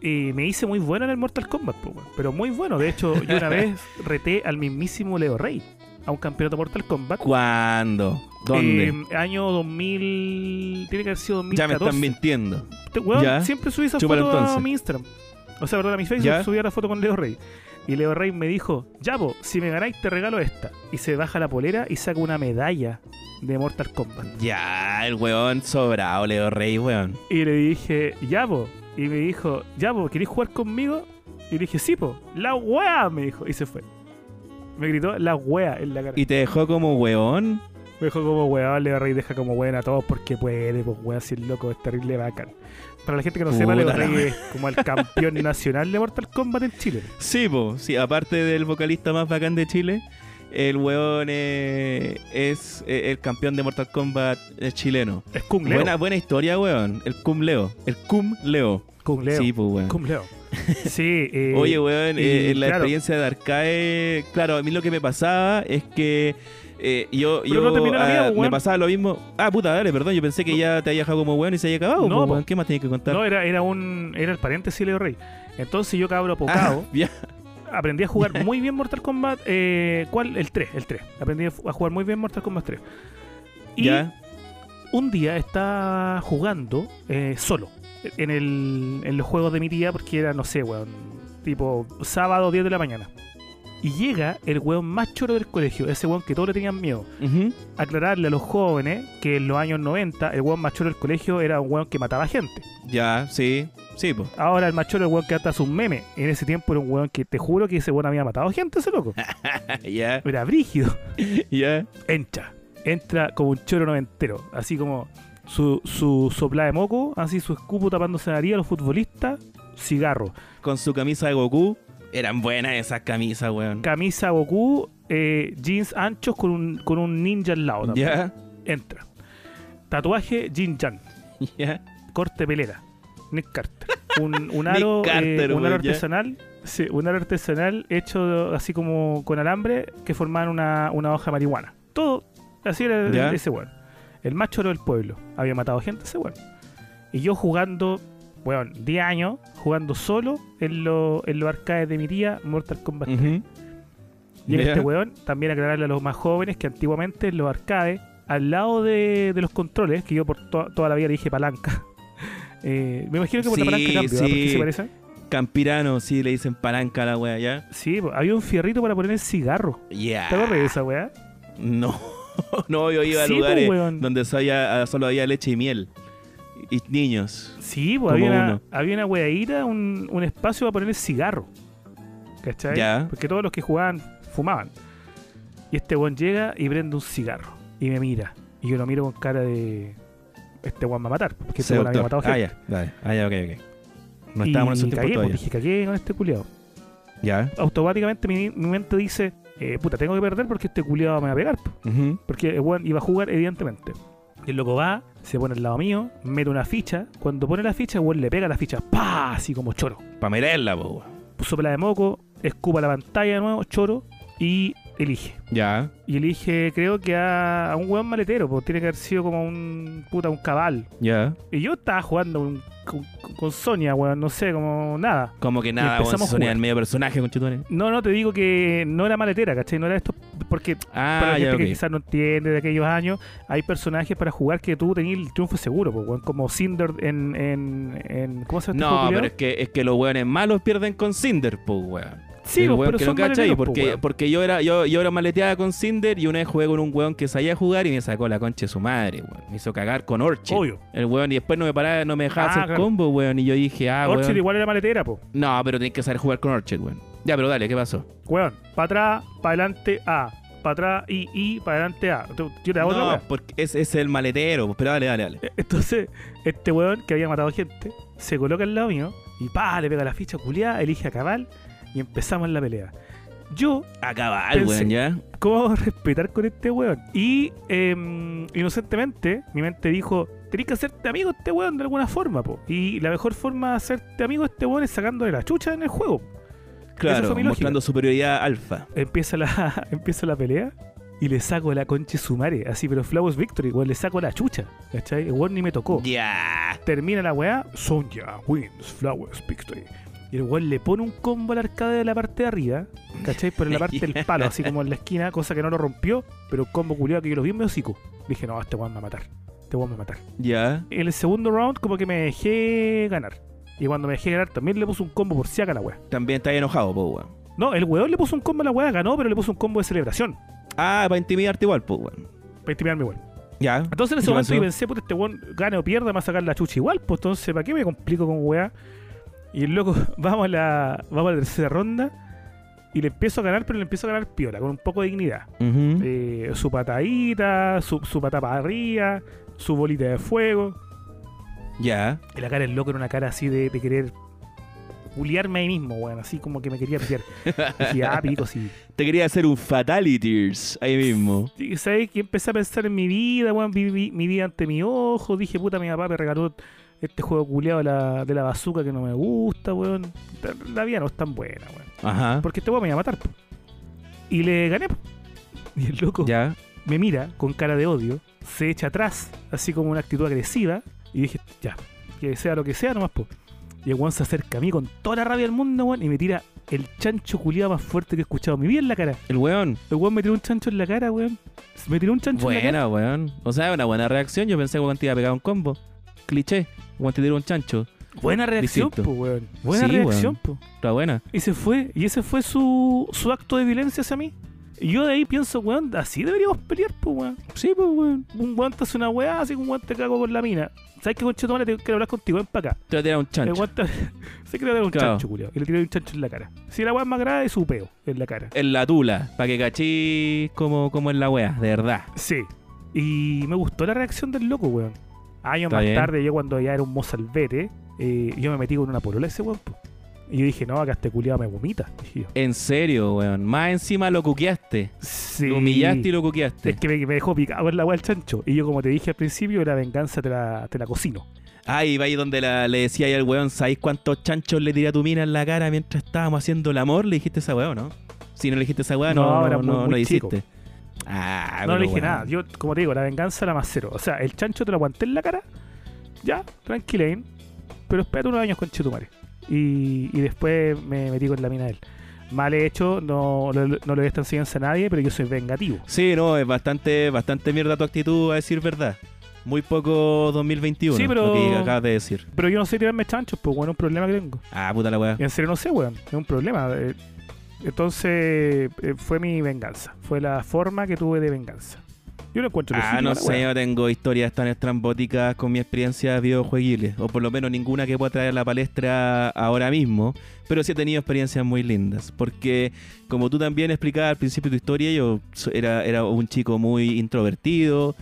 me hice muy bueno en el Mortal Kombat, po, weón. Pero muy bueno. De hecho, yo una vez reté al mismísimo Leo Rey a un campeonato Mortal Kombat. ¿Cuándo? ¿Dónde? Año 2000. Tiene que haber sido 2014. Ya me están mintiendo. Weón, siempre subí esa Chúpalo foto entonces. a mi Instagram. O sea, perdón, a mi Facebook ¿Ya? subí la foto con Leo Rey. Y Leo Rey me dijo, ya po, si me ganáis te regalo esta. Y se baja la polera y saca una medalla de Mortal Kombat. Ya, el weón sobrado, Leo Rey, weón. Y le dije, ya po. Y me dijo, ya po, ¿querés jugar conmigo? Y le dije, sí po, la wea, me dijo. Y se fue. Me gritó la wea en la cara. ¿Y te dejó como weón? Me dijo como weón, Leo Rey deja como weón a todos porque puede, pues weón, si el loco es terrible bacán. Para la gente que no sepa, Leo Rey es como el campeón nacional de Mortal Kombat en Chile. Sí, po. Sí, aparte del vocalista más bacán de Chile, el weón es el campeón de Mortal Kombat chileno. Es Kung Leo. Buena historia, weón. El Cum Leo. El Cum Leo. Kung Leo. Sí, pues, weón. Kung Leo. Sí. Oye, weón, en la claro, experiencia de Arcade, claro, a mí lo que me pasaba es que yo no terminó la mía, me weón. pasaba lo mismo. Ah, puta, dale, perdón, yo pensé que ya te había dejado como weón y se había acabado. No, pues, weón. ¿Qué más tienes que contar? No, era el paréntesis Leo Rey. Entonces yo, cabro apocado, Ya. aprendí a jugar muy bien Mortal Kombat. ¿Cuál? El 3. Aprendí a jugar muy bien Mortal Kombat 3. Y Ya. un día estaba jugando solo en los juegos de mi tía, porque era, no sé, weón, tipo sábado 10 de la mañana. Y llega el weón más choro del colegio, ese weón que todos le tenían miedo. Ujú. Aclararle a los jóvenes que en los años 90 el weón más choro del colegio era un weón que mataba gente. Ya, sí. Sí, pues. Ahora el más choro es el weón que hasta hace un meme. En ese tiempo era un weón que te juro que ese weón había matado gente, ese loco. Ya. Era brígido. Ya. Entra como un choro noventero, así como su sopla de moco, así su escupo tapándose la nariz a los futbolistas, cigarro, Con su camisa de Goku. Eran buenas esas camisas, weón. camisa Goku, jeans anchos con un ninja al lado también. Ya. Entra. Tatuaje Jin Yang, Ya. corte pelera, Nick Carter. Un aro, Nick Carter, un aro weón, ya. artesanal, sí, un aro artesanal hecho así como con alambre que formaban una hoja de marihuana. Todo así era Ya. ese weón. El más choro del pueblo. Había matado gente ese weón. Y yo jugando, weón, 10 años, jugando solo en los arcades de mi tía, Mortal Kombat 3. Ujú. Llega Ya. este weón, también aclararle a los más jóvenes que antiguamente en los arcades, al lado de los controles, que yo por toda la vida le dije palanca. Me imagino que por la Sí, palanca cambio, ¿verdad? sí. ¿Por qué se parecen? Campirano, sí, le dicen palanca a la wea, ¿ya? Sí, po, había un fierrito para poner el cigarro. Ya. ¿Te acuerdas de esa weá? No, no, yo iba a Sí, lugares pues, weón. donde solo había leche y miel. Y niños. Sí, pues Como había uno. una weadita, un espacio para poner el cigarro. ¿Cachai? Ya. Porque todos los que jugaban fumaban. Y este weón llega y prende un cigarro. Y me mira. Y yo lo miro con cara de... Este weón me va a matar. Porque este weón había Seductor. matado gente. Ah, ya, dale. Ah, ya, ok. No estábamos en esos y tiempos cagué, todavía. pues, dije, cagué con este culiado. Ya. Automáticamente mi mente dice, puta, tengo que perder porque este culiado me va a pegar. Po. Ujú. Porque el weón iba a jugar, evidentemente. Y el loco va, se pone al lado mío, mete una ficha. Cuando pone la ficha, el weón le pega la ficha. ¡Pah! Así como choro. Pa' meterla, po. weón. Sopla de moco, escupa la pantalla de nuevo, choro, y elige. Ya. Y elige, creo que a un weón maletero, pues tiene que haber sido como un cabal. Ya. Y yo estaba jugando con Sonia, weón, no sé, como nada. Como que nada, empezamos weón, a se sonía jugar. el medio personaje, conchetumare. No, te digo que no era maletera, ¿cachai? No era esto, porque para Ah, la ya, gente que ok. quizás no entiende de aquellos años, hay personajes para jugar que tú tenías el triunfo seguro, pues, weón, como Cinder en ¿cómo se llama este juego, No, culiao? pero es que los weones malos pierden con Cinder, pues, weón. Sí, el pues, weón pero que son no cacha ahí, maleteros, pues, weón. porque yo era maleteada con Cinder y una vez jugué con un weón que sabía jugar y me sacó la concha de su madre, weón. Me hizo cagar con Orchid. Obvio. El weón, y después no me dejaba hacer claro. combo, weón. Y yo dije, Orchid weón. igual era maletera, pues. No, pero tenés que saber jugar con Orchid, weón. Ya, pero dale, ¿qué pasó? Weón, para atrás, para adelante, A. Para atrás, I, para adelante, A. Yo te hago otra No, weá. porque es el maletero, pues, pero dale. Entonces, este weón que había matado gente, se coloca al lado mío y le pega la ficha culiada, elige a cabal y empezamos la pelea. Yo, Acabar, Pensé- weón, ya. ¿cómo vamos a respetar con este weón? Y inocentemente, mi mente dijo, tenés que hacerte amigo de este weón de alguna forma, po. Y la mejor forma de hacerte amigo de este weón es sacándole la chucha en el juego. Esa Claro, fue mi lógica. mostrando superioridad alfa. Empieza la pelea y le saco la concha su madre, así, pero Flowers Victory, weón, le saco la chucha, ¿cachai? El weón ni me tocó. Ya. Termina la weá, Sonja wins Flowers Victory. Y el weón le pone un combo al arcade de la parte de arriba, ¿cachai? Por la parte del palo, así como en la esquina, cosa que no lo rompió, pero un combo culiado que yo lo vi en mi hocico. Dije, no, este weón me va a matar. Este weón me va a matar. Ya. En el segundo round, como que me dejé ganar. Y cuando me dejé ganar, también le puse un combo por si acá a la weá. También está enojado, po, weón. No, el weón le puso un combo a la weá, ganó, pero le puso un combo de celebración. Ah, para intimidarte igual, po, weón. Para intimidarme igual. Ya. Entonces en ese momento yo pensé, puta, este weón gane o pierda, me va a sacar la chucha igual, pues entonces, ¿para qué me complico con weá? Y el loco, vamos a la tercera ronda y le empiezo a ganar, pero le empiezo a ganar piola, con un poco de dignidad. Su patadita, su pata para arriba, su bolita de fuego. Ya. Y la cara del loco era una cara así de querer culiarme ahí mismo, weón, así como que me quería pillar. Dije, pico, sí. Te quería hacer un fatalities ahí mismo. Y sabes que empecé a pensar en mi vida, weón, vi mi vida ante mis ojos, dije, puta, mi papá me regaló este juego culiado de la bazooka que no me gusta, weón. La vida no es tan buena, weón. Ajá. Porque este weón me iba a matar, po. Y le gané, po. Y el loco ya me mira con cara de odio, se echa atrás, así como una actitud agresiva, y dije, ya, que sea lo que sea nomás, po. Y el weón se acerca a mí con toda la rabia del mundo, weón, y me tira el chancho culiado más fuerte que he escuchado en mi vida en la cara. El weón me tiró un chancho en la cara, weón. Me tiró un chancho en la cara. Buena, weón. O sea, una buena reacción. Yo pensé que weón te iba a pegar un combo. Cliché. Weón te tiró un chancho. Buena reacción, po, weón. Buena reacción, po. Está buena. Y se fue. Y ese fue su acto de violencia hacia mí. Y yo de ahí pienso, weón, así deberíamos pelear, po, weón. Sí, po, weón. Un weón te hace una weá, así que un weón te cago con la mina. ¿Sabes qué, conchetumare? Quiero hablar contigo, ven para acá. Te va a tirar un chancho. Se quiere tirar un chancho, culiao. Y le tiré un chancho en la cara. Si la weá es más grave, es su peo en la cara. En la tula, para que cachí como es la weá, de verdad. Sí. Y me gustó la reacción del loco, weón. Años más tarde, yo cuando ya era un mozalbete, yo me metí con una polola ese weón, po. Y yo dije, no, acá este culiado me vomita. En serio, weón. Más encima lo cuqueaste. Sí. Lo humillaste y lo cuqueaste. Es que me dejó picado en la weá el chancho. Y yo, como te dije al principio, la venganza te la cocino. Ah, y va ahí donde le decía ahí al weón, ¿sabéis cuántos chanchos le tiré a tu mina en la cara mientras estábamos haciendo el amor? ¿Le dijiste esa weá o no? Si no le dijiste esa weá, no lo hiciste. No le dije nada. Yo, como te digo, la venganza la más cero. O sea, el chancho te lo aguanté en la cara. Ya, tranquilain. Pero espérate unos años con Chetumare. Y después me metí con la mina de él. Mal hecho, no le doy esta enseñanza a nadie, pero yo soy vengativo. Sí, no, es bastante mierda tu actitud, a decir verdad. Muy poco 2021, sí, pero, lo que acabas de decir. Pero yo no sé tirarme chanchos, pues bueno, es un problema que tengo. Ah, puta la weá. Y en serio no sé, weón, es un problema. Entonces, fue mi venganza. Fue la forma que tuve de venganza. Yo lo encuentro legítimo, no sé, yo tengo historias tan estrambóticas con mi experiencia videojueguiles, o por lo menos ninguna que pueda traer a la palestra ahora mismo, pero sí he tenido experiencias muy lindas, porque como tú también explicabas al principio de tu historia, yo era un chico muy introvertido,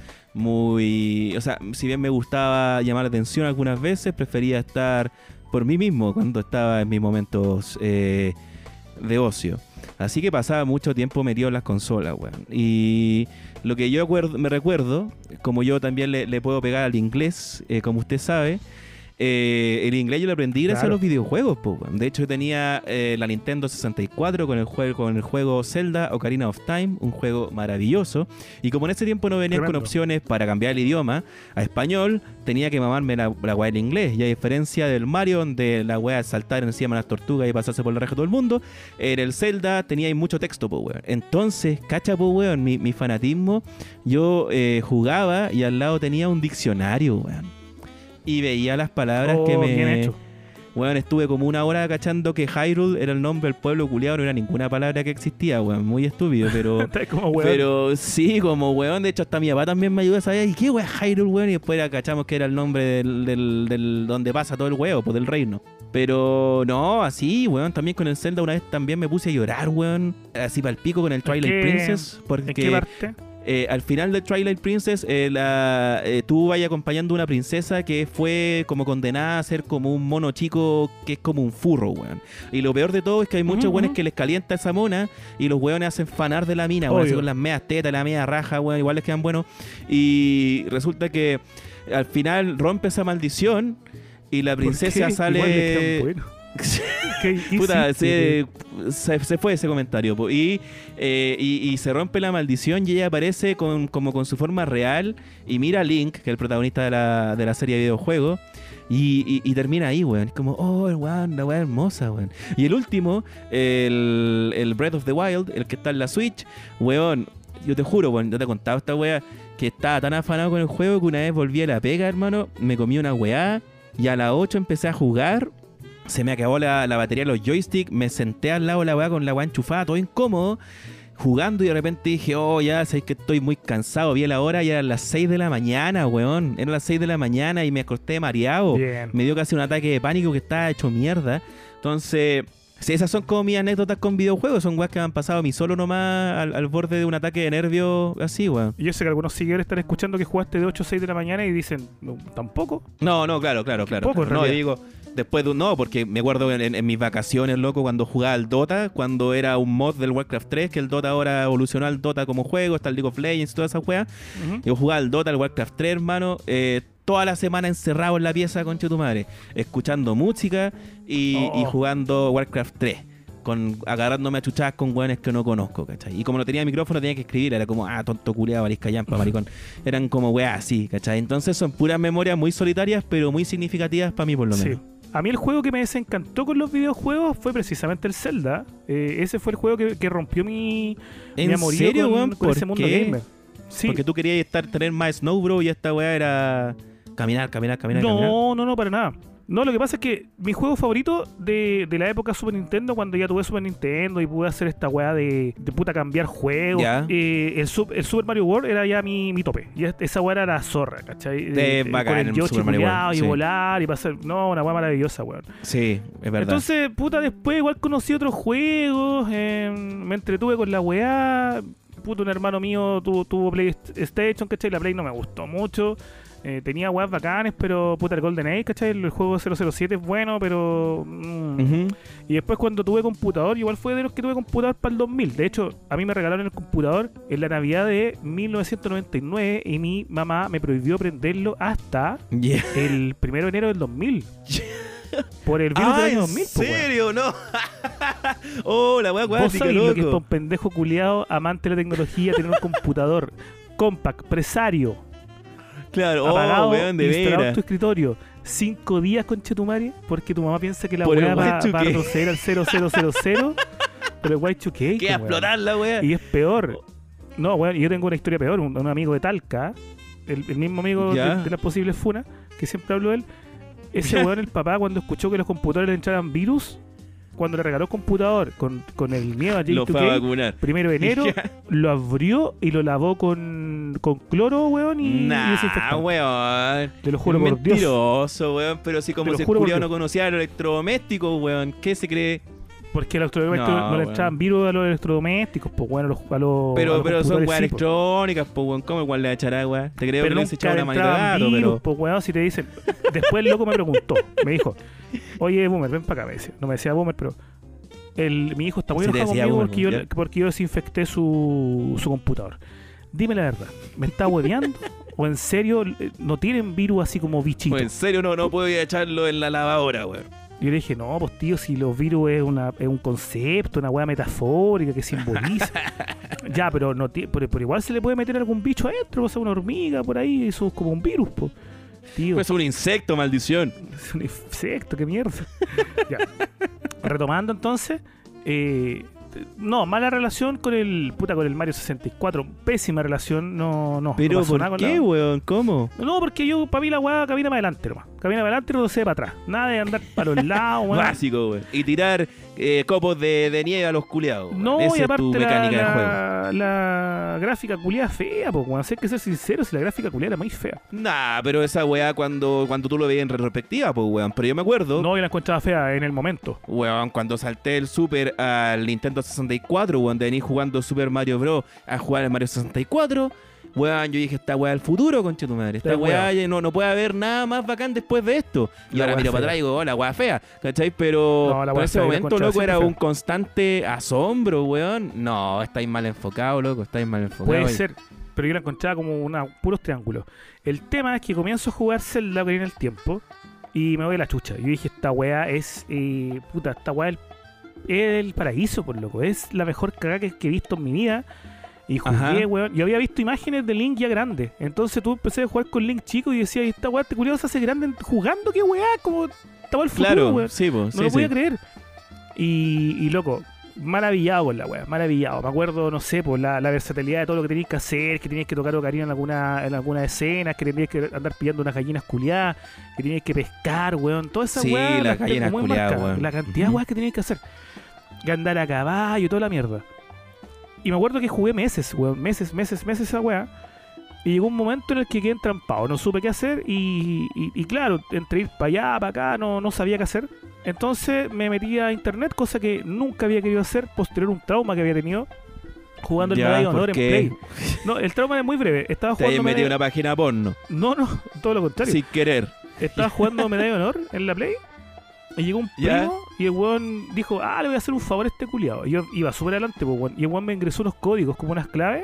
o sea, si bien me gustaba llamar la atención algunas veces, prefería estar por mí mismo cuando estaba en mis momentos de ocio. Así que pasaba mucho tiempo metido en las consolas, weón. Y lo que yo me recuerdo, como yo también le puedo pegar al inglés, como usted sabe, el inglés yo lo aprendí gracias a los videojuegos, po, weón. De hecho, yo tenía la Nintendo 64 con el juego Zelda Ocarina of Time, un juego maravilloso. Y como en ese tiempo no venían con opciones para cambiar el idioma a español, tenía que mamarme la weá del inglés. Y a diferencia del Mario, donde la weá es saltar encima de las tortugas y pasarse por la reja de todo el mundo, en el Zelda tenía ahí mucho texto, po, weón. Entonces, cacha, po, weón, mi fanatismo, yo jugaba y al lado tenía un diccionario, weón. Y veía las palabras que me... Bien hecho. Weón, estuve como una hora cachando que Hyrule era el nombre del pueblo culiado, no era ninguna palabra que existía, weón. Muy estúpido, pero... como weón. Pero sí, como weón. De hecho, hasta mi papá también me ayudó a saber, ¿y qué weón Hyrule, weón? Y después cachamos que era el nombre del donde pasa todo el huevo, pues del reino. Pero no, así, weón. También con el Zelda una vez también me puse a llorar, weón. Así para el pico con el Twilight Princess. Porque, ¿en qué parte? Al final de Twilight Princess, tú vas acompañando a una princesa que fue como condenada a ser como un mono chico que es como un furro, weón. Y lo peor de todo es que hay muchos weones que les calienta esa mona y los weones hacen fanar de la mina, weón, así con las medias tetas, la media raja, weón, igual les quedan buenos. Y resulta que al final rompe esa maldición y la princesa sale... Puta, se fue ese comentario. Po. Y se rompe la maldición y ella aparece como con su forma real y mira a Link, que es el protagonista de la serie de videojuegos. Y termina ahí, weón. Es como, weón, una weá hermosa, weón. Y el último, el Breath of the Wild, el que está en la Switch, weón, yo te juro, weón, yo te he contado esta weá, que estaba tan afanado con el juego que una vez volví a la pega, hermano, me comí una weá y a las 8 empecé a jugar. Se me acabó la batería de los joysticks, me senté al lado de la weá con la weá enchufada, todo incómodo, jugando y de repente dije, ya sabéis que estoy muy cansado, vi la hora y eran las 6 de la mañana, weón. Eran las 6 de la mañana y me acosté mareado. Bien. Me dio casi un ataque de pánico que estaba hecho mierda. Entonces, sí, esas son como mis anécdotas con videojuegos, son weas que me han pasado a mí solo nomás al borde de un ataque de nervio así, weón. Y yo sé que algunos seguidores están escuchando que jugaste de 8 a 6 de la mañana y dicen, no, ¿tampoco? No, claro. Tampoco, No, yo digo... Después porque me acuerdo en mis vacaciones, loco, cuando jugaba al Dota, cuando era un mod del Warcraft 3, que el Dota ahora evolucionó al Dota como juego, está el League of Legends y toda esa wea. Yo jugaba al Dota, al Warcraft 3, hermano, toda la semana encerrado en la pieza, concha de tu madre, escuchando música y jugando Warcraft 3. Agarrándome a chuchadas con weones que no conozco, ¿cachai? Y como no tenía micrófono tenía que escribir, era como, tonto culeado, varisca yampa, maricón. Eran como weas así, ¿cachai? Entonces son puras memorias muy solitarias, pero muy significativas para mí por lo menos. Sí. A mí el juego que me desencantó con los videojuegos fue precisamente el Zelda. Ese fue el juego que rompió mi amorío con ese mundo gamer. Sí. Porque tú querías tener más Snow Bro y esta weá era caminar. No, para nada. No, lo que pasa es que mi juego favorito de la época Super Nintendo, cuando ya tuve Super Nintendo y pude hacer esta weá de puta cambiar juegos, el Super Mario World era ya mi tope. Y esa weá era la zorra, ¿cachai? Bacán, con el Yoshi World, y volar y pasar. No, una weá maravillosa, weón. Sí, es verdad. Entonces, puta, después igual conocí otros juegos, me entretuve con la weá. Puta, un hermano mío tuvo PlayStation, ¿cachai? La Play no me gustó mucho. Tenía weas bacanes, pero puta, el Golden Age, ¿cachai? El juego 007 es bueno, pero... Y después cuando tuve computador, igual fue de los que tuve computador para el 2000. De hecho, a mí me regalaron el computador en la Navidad de 1999 y mi mamá me prohibió prenderlo hasta el 1 de enero del 2000. Por el virus del año 2000. ¿En serio? No. La wea ¿Vos sabés lo que es para un pendejo culiado amante de la tecnología tener un computador compact, presario, claro, apagado, weón, de instalado veras, en tu escritorio 5 días, conchetumare, porque tu mamá piensa que la por weá el va a Y2K. proceder al 0000, pero el Y2K, que a explotar la wea. y es peor. No, weón, yo tengo una historia peor. Un amigo de Talca, el mismo amigo de las posibles funas, que siempre hablo de él. Ese weón, el papá, cuando escuchó que los computadores le entraran virus, cuando le regaló computador con el miedo a lo fue a vacunar. 1 de enero, lo abrió y lo lavó con cloro, weón, y desinfectante. Weón. Te lo juro por Dios. Mentiroso, weón. Pero si como ese culiao no conocía los electrodomésticos, weón, ¿qué se cree? Porque a los electrodomésticos no le entraban virus a los electrodomésticos, pues bueno, a los pero son weas sí, electrónicas, pues weón, ¿cómo igual le echará weón? Te creo pero que le echaba una manita de gato, virus, pero... pues weón, si te dicen... Después el loco me preguntó, me dijo, oye, Boomer, ven para acá, me decía. No me decía Boomer, pero... mi hijo está muy enojado conmigo Boomer, porque yo desinfecté su computador. Dime la verdad, ¿me está hueveando? ¿O en serio no tienen virus así como bichitos? Pues en serio no puedo echarlo en la lavadora, weón. Yo le dije, no, pues tío, si los virus es un concepto, una weá metafórica que simboliza. Ya, pero pero igual se le puede meter algún bicho adentro, o sea, una hormiga por ahí, eso es como un virus, pues. Tío. Pues es un insecto, maldición. Es un insecto, qué mierda. Ya. Retomando entonces, no, mala relación con el Mario 64, pésima relación, no. Pero no ¿por qué, weón? ¿Cómo? No, porque para mí la weá camina para adelante nomás. Camina para adelante y no se ve para atrás. Nada de andar para los lados, weón. Básico, weón. Y tirar copos de nieve a los culiados. No, esa y aparte es tu mecánica de juego. La gráfica culiada fea, pues, weón. Hay que ser sincero, si la gráfica culiada era muy fea. Nah, pero esa weá cuando tú lo veías en retrospectiva, pues, weón. Pero yo me acuerdo... No, yo la encontraba fea en el momento. Weón, cuando salté el Super al Nintendo 64, weón, de venir jugando Super Mario Bros. A jugar el Mario 64... Weón, yo dije, esta weá es el futuro, concha tu madre. Esta weá no puede haber nada más bacán después de esto. Y ahora miro para atrás y digo, la weá fea, ¿cachai? Pero en ese momento, loco, era un constante asombro, weón. No, estáis mal enfocado, loco, estáis mal enfocado. Puede ser, pero yo la encontraba como puros triángulos. El tema es que comienzo a jugar Zelda en el tiempo y me voy a la chucha. Yo dije, esta weá es, esta weá es el paraíso, por loco. Es la mejor cagada que he visto en mi vida. Y jugué, weón. Yo había visto imágenes de Link ya grande. Entonces tú empecé a jugar con Link chico y decía, esta weá, este culiado se hace grande jugando, qué weá, como estaba el futuro, weón. Sí, pues, no lo podía creer. Y loco, maravillado con la weá, maravillado. Me acuerdo, no sé, por la versatilidad de todo lo que tenías que hacer, que tenías que tocar ocarina en alguna escena, que tenías que andar pillando unas gallinas culiadas, que tenías que pescar, weón. Toda esa weá, las gallinas culiadas, weón. La cantidad de weá que tenías que hacer. Que andar a caballo, toda la mierda. Y me acuerdo que jugué meses, weón, meses esa weá. Y llegó un momento en el que quedé entrampado, no supe qué hacer y claro, entre ir para allá, para acá, no sabía qué hacer. Entonces me metí a internet, cosa que nunca había querido hacer, posterior a un trauma que había tenido jugando el Medalla de Honor en Play. No, el trauma es muy breve. Estaba jugando. ¿Te habías metido una página porno? No, todo lo contrario. Sin querer. Estaba jugando Medalla de Honor en la Play. Y llegó un primo y el weón dijo, le voy a hacer un favor a este culiado. Y yo iba súper adelante, pues, weón. Y el weón me ingresó unos códigos, como unas claves,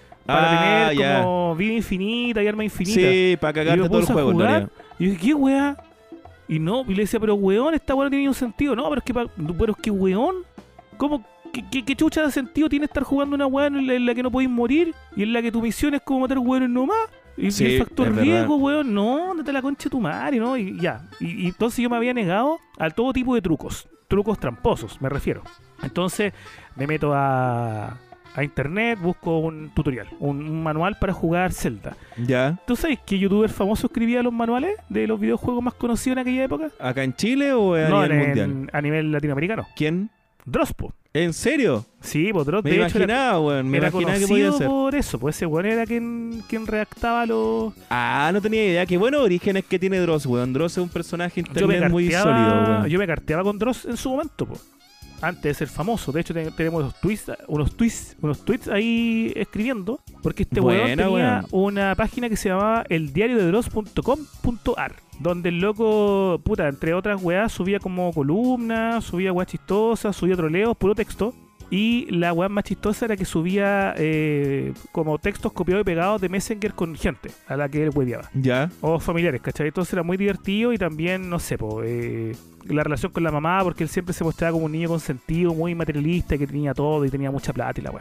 para tener como vida infinita y arma infinita. Sí, para cagarte todo el juego, jugar, y yo dije, ¿qué weá? Y le decía, pero weón, esta weá no tiene ningún sentido. No, pero es que weón, ¿cómo? ¿Qué chucha de sentido tiene estar jugando una weá en la que no podéis morir? Y en la que tu misión es como matar weones nomás. Y sí, el factor riesgo, weón, no, date la concha de tu madre, ¿no? Y ya. Y entonces yo me había negado a todo tipo de trucos tramposos, me refiero. Entonces me meto a internet, busco un tutorial, un manual para jugar Zelda. Ya. ¿Tú sabes qué youtuber famoso escribía los manuales de los videojuegos más conocidos en aquella época? ¿Acá en Chile o a nivel mundial? A nivel latinoamericano. ¿Quién? Drospo. ¿En serio? Sí, pues Dross, me imaginaba, weón. Me imaginaba que podía ser. Por eso, pues ese weón era quien redactaba los... No tenía idea. Qué buenos orígenes que tiene Dross, weón. Dross es un personaje internet muy sólido, weón. Yo me carteaba con Dross en su momento, pues. Antes de ser famoso. De hecho, tenemos unos tweets ahí escribiendo. Porque este weón tenía una página que se llamaba eldiariodedross.com.ar, donde el loco, entre otras weas, subía como columnas, subía weas chistosas, subía troleos, puro texto. Y la wea más chistosa era que subía como textos copiados y pegados de Messenger con gente a la que él hueveaba. Ya. O familiares, ¿cachai? Entonces era muy divertido y también, no sé, la relación con la mamá, porque él siempre se mostraba como un niño consentido, muy materialista, que tenía todo y tenía mucha plata y la wea.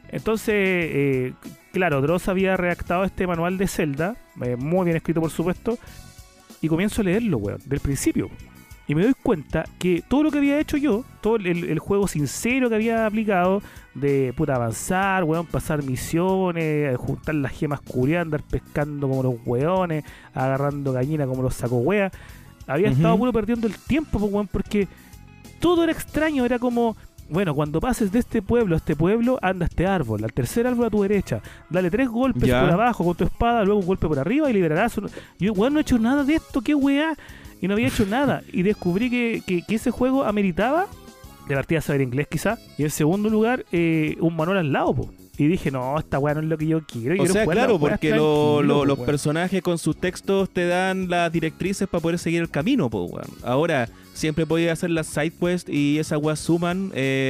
Entonces, claro, Dross había redactado este manual de Zelda, muy bien escrito por supuesto, y comienzo a leerlo, weón, del principio. Y me doy cuenta que todo lo que había hecho yo, todo el juego sincero que había aplicado, de avanzar, weón, pasar misiones, juntar las gemas culiadas, andar pescando como los weones, agarrando gallina como los saco weas, había estado puro perdiendo el tiempo, weón, porque todo era extraño, era como... Bueno, cuando pases de este pueblo a este pueblo, anda a este árbol, al tercer árbol a tu derecha, dale 3 golpes por abajo con tu espada, luego un golpe por arriba y liberarás. Yo, weón, no he hecho nada de esto, qué weá. Y no había hecho nada. Y descubrí que ese juego ameritaba, de partida saber inglés quizá, y en segundo lugar, un manual al lado, po. Y dije, no, esta weá no es lo que yo quiero. O sea, claro, porque los personajes con sus textos te dan las directrices para poder seguir el camino, po, weón. Ahora, siempre podías hacer las sidequests y esas weas suman.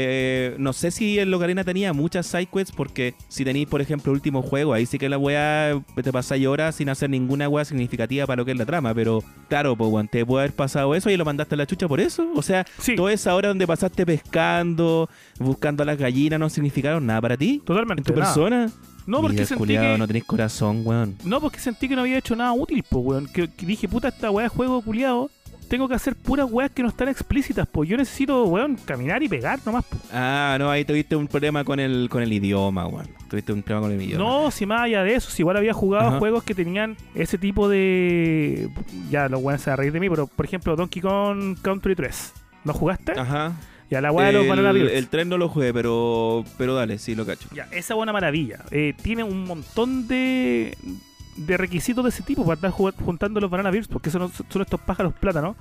No sé si el Ocarina tenía muchas sidequests, porque si tenéis, por ejemplo, el último juego, ahí sí que la wea te pasáis horas sin hacer ninguna wea significativa para lo que es la trama. Pero, claro, po, weón, te puede haber pasado eso y lo mandaste a la chucha por eso. O sea, toda esa hora donde pasaste pescando, buscando a las gallinas, no significaron nada para ti. Totalmente. ¿En tu persona? No, porque sentí que... no tenés corazón, weón. No, porque sentí que no había hecho nada útil, po, weón. Que dije, esta weá de juego culiado, tengo que hacer puras weas que no están explícitas, po. Yo necesito, weón, caminar y pegar nomás, po. No, ahí tuviste un problema con el idioma, weón. Tuviste un problema con el idioma. No, si más allá de eso, si igual había jugado juegos que tenían ese tipo de... Ya, los weones se van a reír de mí, pero por ejemplo, Donkey Kong Country 3. ¿No jugaste? Ajá. Ya, la weá de los Banana Birds. El tren no lo jugué, pero dale, sí lo cacho. Ya, esa buena maravilla. Tiene un montón de requisitos de ese tipo para estar juntando los Banana Birds, porque son estos pájaros plátanos.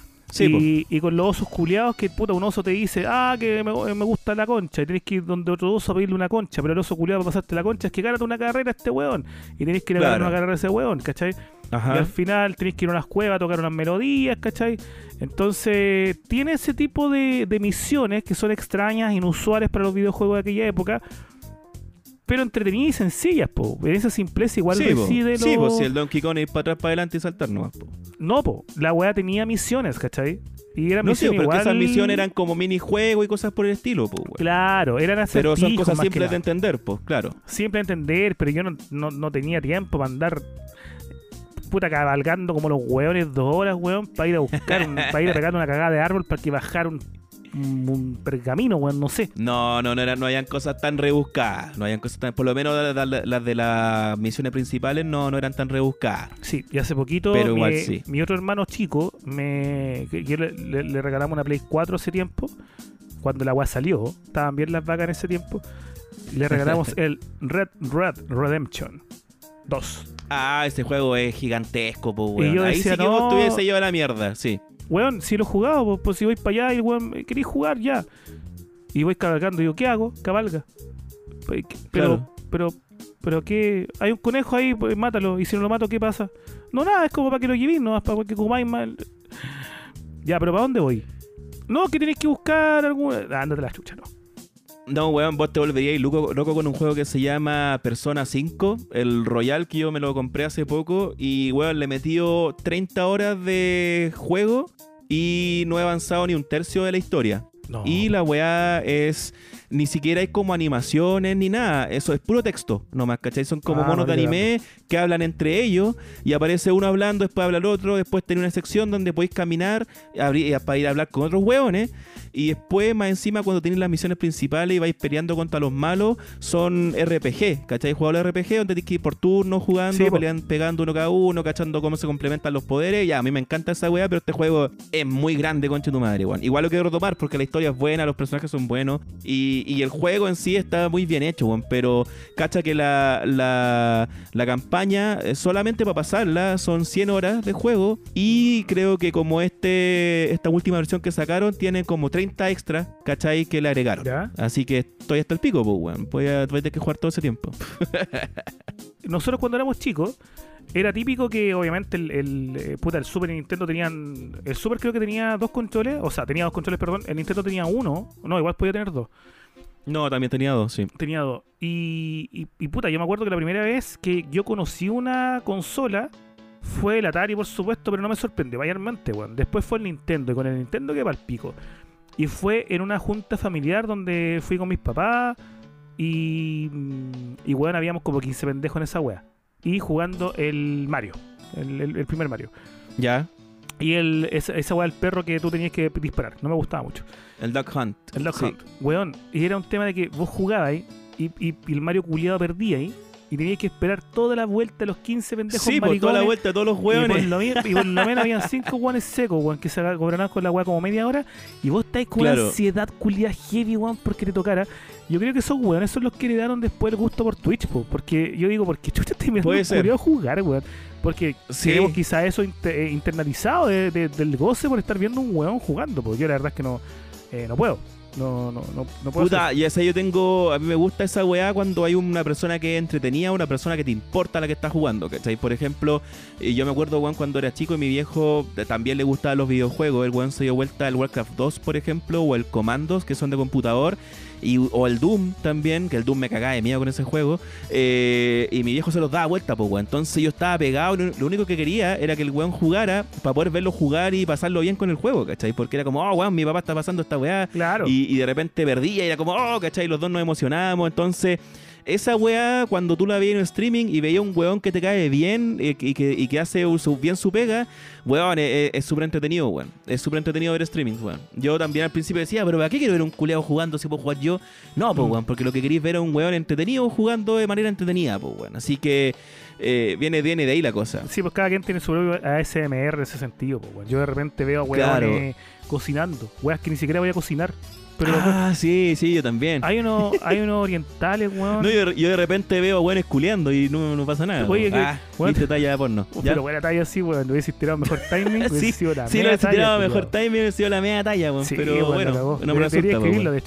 Sí, y con los osos culiados que un oso te dice, que me gusta la concha, y tenés que ir donde otro oso a pedirle una concha, pero el oso culiado para pasarte la concha es que gánate una carrera a este weón, y tenés que ir a ganar una carrera a ese weón, ¿cachai? Ajá. Y al final tenés que ir a unas cuevas a tocar unas melodías, ¿cachai? Entonces tiene ese tipo de misiones que son extrañas, inusuales para los videojuegos de aquella época, pero entretenidas y sencillas, po. En esa simpleza igual sí, reside sí, pues si el Donkey Kong es para atrás, para adelante y saltar nomás, po. No, po. La weá tenía misiones, ¿cachai? Y eran no sé, misiones pero igual... que esas misiones eran como minijuegos y cosas por el estilo, po, weón. Claro, eran acertijos. Pero son cosas más simples de entender, pues, claro. Simple de entender, pero yo no tenía tiempo para andar puta cabalgando como los hueones 2 horas, weón, para ir a buscar, para ir a pegar una cagada de árbol para que bajar un pergamino, weón, no sé. No habían cosas tan rebuscadas. No habían cosas tan... Por lo menos las de las misiones principales no eran tan rebuscadas. Sí, y hace poquito pero igual, sí. Mi otro hermano chico le regalamos una Play 4 hace tiempo. Cuando la weá salió, estaban bien las vacas en ese tiempo. Le regalamos el Red Redemption 2. Ah, ese juego es gigantesco, po, weón. Y yo ahí decía, sí que vos tuviese llevado la mierda, sí. Weón, si lo he jugado, pues si voy para allá y weón, queréis jugar ya. Y voy cabalgando, y digo, ¿qué hago? Cabalga. Pero ¿qué? Hay un conejo ahí, pues mátalo. Y si no lo mato, ¿qué pasa? No, nada, es como para que lo llevéis, no, para que comáis mal. Ya, pero ¿para dónde voy? No, que tenéis que buscar alguna... Ándate la chucha, no. No, weón, vos te volveríais loco con un juego que se llama Persona 5, el Royal, que yo me lo compré hace poco, y weón, le he metido 30 horas de juego y no he avanzado ni un tercio de la historia. No. Y la weá es... Ni siquiera hay como animaciones ni nada. Eso es puro texto nomás, ¿cachai? Son como monos de anime que hablan entre ellos y aparece uno hablando, después habla el otro, después tiene una sección donde podéis caminar para ir a hablar con otros hueones y después más encima cuando tenéis las misiones principales y vais peleando contra los malos son RPG, ¿cachai? Juegos de RPG donde tienes que ir por turno jugando, sí, pegando uno cada uno, cachando cómo se complementan los poderes. Ya, a mí me encanta esa weá, pero este juego es muy grande, concha tu madre, weón. Igual lo quiero retomar porque la historia es buena, los personajes son buenos y el juego en sí está muy bien hecho, weón, pero cacha que la campaña solamente para pasarla son 100 horas de juego y creo que como esta última versión que sacaron tiene como 30 extras, ¿cachai? Que le agregaron. ¿Ya? Así que estoy hasta el pico, pues, weón. Voy a tener que jugar todo ese tiempo. Nosotros cuando éramos chicos era típico que obviamente el Super Nintendo tenían... El Super creo que tenía 2 controles, o sea, tenía 2 controles, perdón. El Nintendo tenía 1, no, igual podía tener 2. No, también tenía 2, sí. Tenía 2. Y puta, yo me acuerdo que la primera vez que yo conocí una consola fue el Atari, por supuesto, pero no me sorprendió mayormente, weón. Después fue el Nintendo, y con el Nintendo que pa'l pico. Y fue en una junta familiar donde fui con mis papás y weón, habíamos como 15 pendejos en esa wea. Y jugando el Mario, el primer Mario. Ya. Y esa wea del perro que tú tenías que disparar, no me gustaba mucho. El Duck Hunt. El Duck Hunt. Weón, y era un tema de que vos jugabas ahí y el Mario culiado perdía ahí. Y tenías que esperar toda la vuelta de los 15 pendejos maricones. Sí, por toda la vuelta de todos los hueones. Y por lo menos habían 5 hueones secos, weón, que se cobraban con la hueá como media hora. Y vos estáis con una ansiedad culiada heavy, weón, porque te tocara. Yo creo que esos hueones son los que le dieron después el gusto por Twitch, po. Porque yo digo, porque chucha te me ocurrió jugar, weón. Porque tenemos quizá eso internalizado del goce por estar viendo un hueón jugando. Porque yo la verdad es que no puedo. No puedo. Puta, y esa a mí me gusta esa weá cuando hay una persona que es entretenida, una persona que te importa la que está jugando, ¿cachai? Por ejemplo, yo me acuerdo, weón, cuando era chico y mi viejo también le gustaban los videojuegos. El weón se dio vuelta al Warcraft 2, por ejemplo, o el Commandos, que son de computador, o el Doom también, que el Doom me cagaba de miedo con ese juego, y mi viejo se los daba vuelta, pues, weón. Entonces yo estaba pegado, lo único que quería era que el weón jugara para poder verlo jugar y pasarlo bien con el juego, ¿cachai? Porque era como, oh, weón, mi papá está pasando esta weá. Claro. Y de repente perdía y era como, oh, ¿cachai? Los dos nos emocionábamos. Entonces, esa weá, cuando tú la veías en streaming y veías un weón que te cae bien y que hace bien su pega, weón, es súper entretenido, weón. Es súper entretenido ver streaming, weón. Yo también al principio decía, pero ¿para qué quiero ver un culeado jugando si puedo jugar yo? No, pues, weón, porque lo que queréis ver es un weón entretenido jugando de manera entretenida, pues, weón. Así que viene de ahí la cosa. Sí, pues cada quien tiene su propio ASMR en ese sentido, pues, weón. Yo de repente veo a weones cocinando, weas que ni siquiera voy a cocinar. Pero sí, yo también. Hay unos orientales, weón. No, yo de repente veo a weones culeando y no pasa nada. Oye, viste talla de porno. Pero buena talla así, weón. Lo hubiese tirado mejor timing. Sí, lo hubiese tirado mejor timing, hubiese sido la media talla, weón. Sí, pero bueno, no me resulta, escribirlo, de hecho.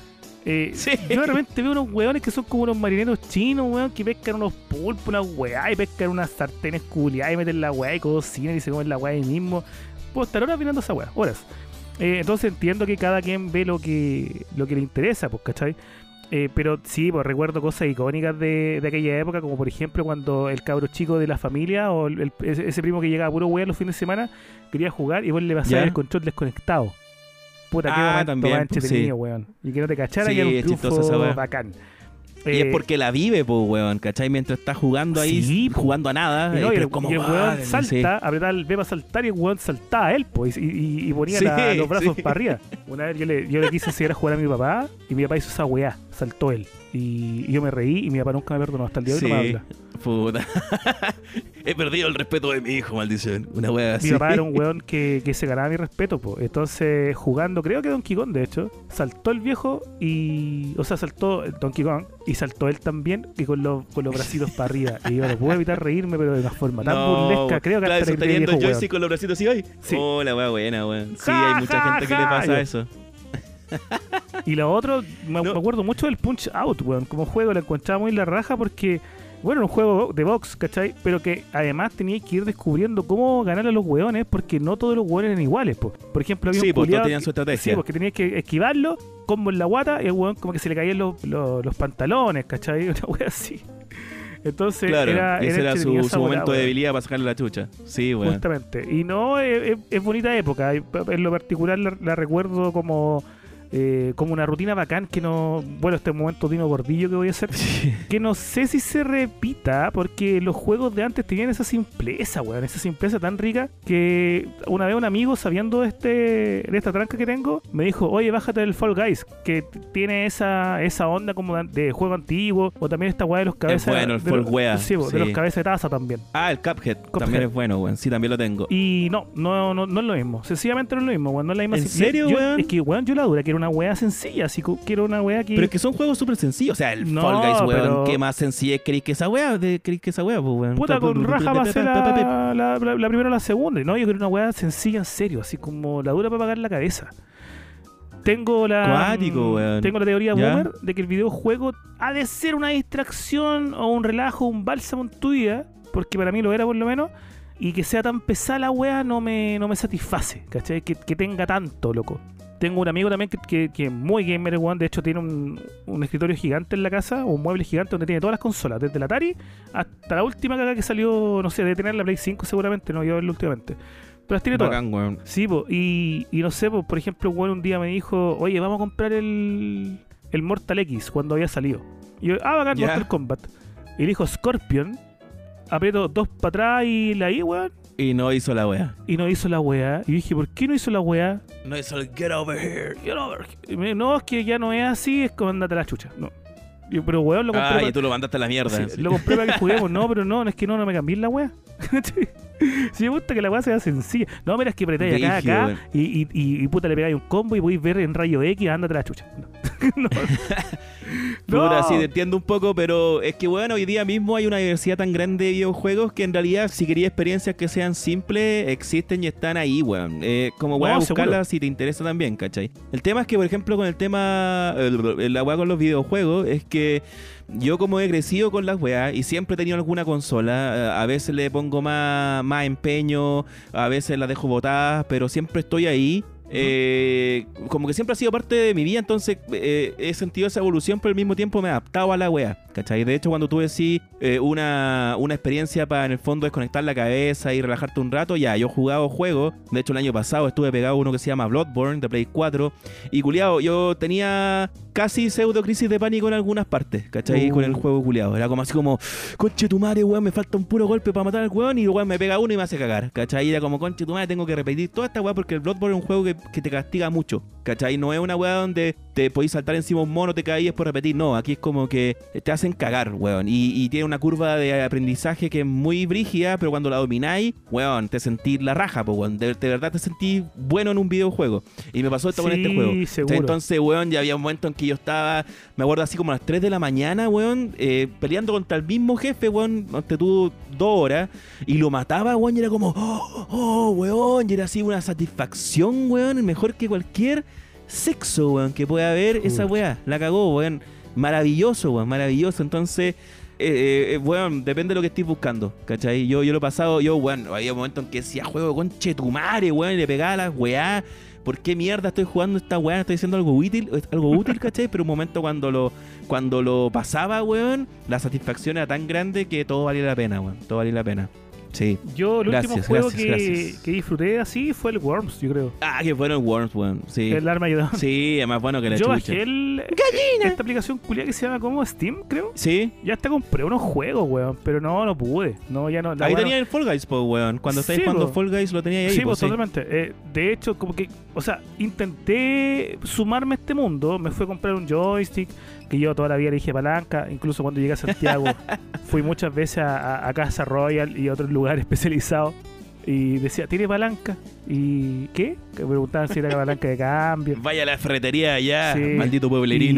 Yo de repente veo unos weones que son como unos marineros chinos, weón, que pescan unos pulpos, unas weá, y pescan unas sartenes culiadas y meten la weá y cocinan y se comen la weá ahí mismo. Puedo estar horas mirando esa weá, horas. Entonces entiendo que cada quien ve lo que le interesa, pues, ¿cachai? Pero sí, pues recuerdo cosas icónicas de aquella época, como por ejemplo cuando el cabro chico de la familia o ese primo que llegaba puro weón los fines de semana quería jugar y vos le pasabas el control desconectado. Puta, qué momento también, más entretenido, weón. Y que no te cachara, sí, que era un es triunfo chistosa esa bacán. Y es porque la vive, pues, weón, ¿cachai? Mientras está jugando ahí, sí, jugando a nada. Y, no, y el weón salta, apretaba el B para saltar y el weón saltaba a él, pues, y ponía los brazos para arriba. Una vez yo le quise enseñar a jugar a mi papá y mi papá hizo esa weá, saltó él. Y yo me reí y mi papá nunca me perdonó, hasta el día de hoy no me habla. Puta. He perdido el respeto de mi hijo, maldición. Una wea así. Mi papá era un weón que se ganaba mi respeto, pues. Entonces, jugando, creo que Donkey Kong, de hecho, saltó el viejo saltó Donkey Kong y saltó él también y con los bracitos para arriba. Y yo no puedo evitar reírme, pero de una forma tan burlesca. Creo que hasta sosteniendo el joystick con los bracitos así hoy. Sí. Oh, la wea buena, weón. Sí, hay mucha gente que le pasa eso. Y lo otro, me acuerdo mucho del Punch Out, weón. Como juego le encontraba muy la raja porque, bueno, era un juego de box, ¿cachai? Pero que además tenía que ir descubriendo cómo ganar a los weones porque no todos los weones eran iguales, po. Por ejemplo, había un pues todos culiao tenían su estrategia. Sí, porque tenías que esquivarlo, combo en la guata y el weón como que se le caían los pantalones, ¿cachai? Una wea así. Entonces, claro, ese era su momento de weón. debilidad para sacarle la chucha. Sí, weón. Justamente. Y no, es bonita época. En lo particular la recuerdo como una rutina bacán que no... Bueno, este momento Dino Gordillo que voy a hacer, que no sé si se repita, porque los juegos de antes tenían esa simpleza, weón, esa simpleza tan rica, que una vez un amigo, sabiendo de esta tranca que tengo, me dijo, oye, bájate del Fall Guys, que tiene esa onda como de juego antiguo, o también esta weá de los cabezas... Es bueno, el Fall Wea. Sí, de los cabezas de taza también. Ah, el Cuphead también es bueno, weón. Sí, también lo tengo. Y no es lo mismo. Sencillamente no es lo mismo, weón. No es la misma. ¿En serio, weón? Es que, weón, yo la dura, que era una weá sencilla, así que era una weá que... Pero es que son juegos súper sencillos. O sea, el Fall Guys, weón, pero... ¿qué más sencilla queréis que esa weá? Pues, weón. Puta, con raja va a ser la primera o la segunda. No, yo creo una weá sencilla en serio, así como la dura para pagar la cabeza. Tengo la teoría boomer de que el videojuego ha de ser una distracción o un relajo, un bálsamo en tu vida, porque para mí lo era por lo menos, y que sea tan pesada la weá no me satisface, ¿cachai? Que tenga tanto, loco. Tengo un amigo también que es muy gamer, weón. De hecho tiene un escritorio gigante en la casa, o un mueble gigante donde tiene todas las consolas, desde la Atari hasta la última caga que salió, no sé, de tener la Play 5 seguramente, no iba a verlo últimamente. Pero las tiene todas. Weón. Sí, po, y no sé, po, por ejemplo, weón, un día me dijo, oye, vamos a comprar el Mortal X cuando había salido. Y yo, bacán, Mortal Kombat. Y le dijo Scorpion, aprieto 2 para atrás y la I, weón. Y no hizo la wea. Y dije, ¿por qué no hizo la wea? No hizo el get over here. No, es que ya no es así, es como andate a la chucha. No. Pero weón, lo compré. Y tú lo mandaste a la mierda. Sí, lo compré para que juguemos. No, pero no, es que no me cambié la wea. Si me gusta que la wea sea sencilla. No, mira, es que apretáis acá y puta, le pegáis un combo y podéis ver en rayo X, ándate a la chucha. No. Puta, sí, te entiendo un poco, pero es que bueno, hoy día mismo hay una diversidad tan grande de videojuegos que en realidad, si querías experiencias que sean simples, existen y están ahí, weón. Como weón, buscarlas si te interesa también, ¿cachai? El tema es que, por ejemplo, con el tema, la weá con los videojuegos, es que yo como he crecido con las weas y siempre he tenido alguna consola, a veces le pongo más empeño, a veces la dejo botadas, pero siempre estoy ahí. Como que siempre ha sido parte de mi vida, entonces he sentido esa evolución, pero al mismo tiempo me he adaptado a la wea, ¿cachai? De hecho, cuando tuve una experiencia para en el fondo desconectar la cabeza y relajarte un rato, yo he jugado juegos. De hecho, el año pasado estuve pegado a uno que se llama Bloodborne de Play 4 y culiao, yo tenía casi pseudo crisis de pánico en algunas partes, ¿cachai? Con el juego culiao, era como así como, conche tu madre, weón, me falta un puro golpe para matar al weón y weón me pega uno y me hace cagar, ¿cachai? Y era como, conche tu madre, tengo que repetir toda esta weá porque el Bloodborne es un juego que te castiga mucho, ¿cachai? No es una weá donde te podís saltar encima un mono, te caías por repetir, no, aquí es como que te hacen cagar, weón, y tiene una curva de aprendizaje que es muy brígida, pero cuando la domináis, weón, te sentís la raja, pues, weón, de verdad te sentís bueno en un videojuego, y me pasó esto con este juego. Seguro. Entonces, weón, ya había un momento en que yo estaba, me acuerdo así como a las 3 de la mañana, weón, peleando contra el mismo jefe, weón, donde tuvo 2 horas, y lo mataba, weón, y era como, weón, y era así una satisfacción, weón, mejor que cualquier sexo, weón, que pueda haber esa weá. La cagó, weón. Maravilloso, weón, maravilloso. Entonces, weón, depende de lo que estés buscando, ¿cachai? Yo lo he pasado, weón, había momentos en que decía, juego con chetumare, weón, y le pegaba las weá. ¿por qué mierda estoy jugando esta weá? Estoy haciendo algo útil, ¿cachai? Pero un momento cuando lo pasaba, weón, la satisfacción era tan grande que todo valía la pena, weón. Todo valía la pena. Sí. Yo el último juego que disfruté así fue el Worms, yo creo. Ah, que bueno el Worms, weón. Sí. El Armageddon. Sí, es más bueno que la chucha. Yo bajé esta aplicación culia que se llama como Steam, creo. Sí. Ya hasta compré unos juegos, weón, pero no pude. No, ya no. Ahí tenía el Fall Guys, weón. Cuando estáis jugando Fall Guys lo tenía ahí. Sí, pues totalmente. De hecho, como que, o sea, intenté sumarme a este mundo. Me fui a comprar un joystick, que yo toda la vida le dije palanca. Incluso cuando llegué a Santiago, fui muchas veces a Casa Royal y a otros lugares especializados. Y decía, ¿tiene palanca? ¿Y qué? Que me preguntaban si era palanca de cambio. Vaya a la ferretería allá, sí, maldito pueblerino.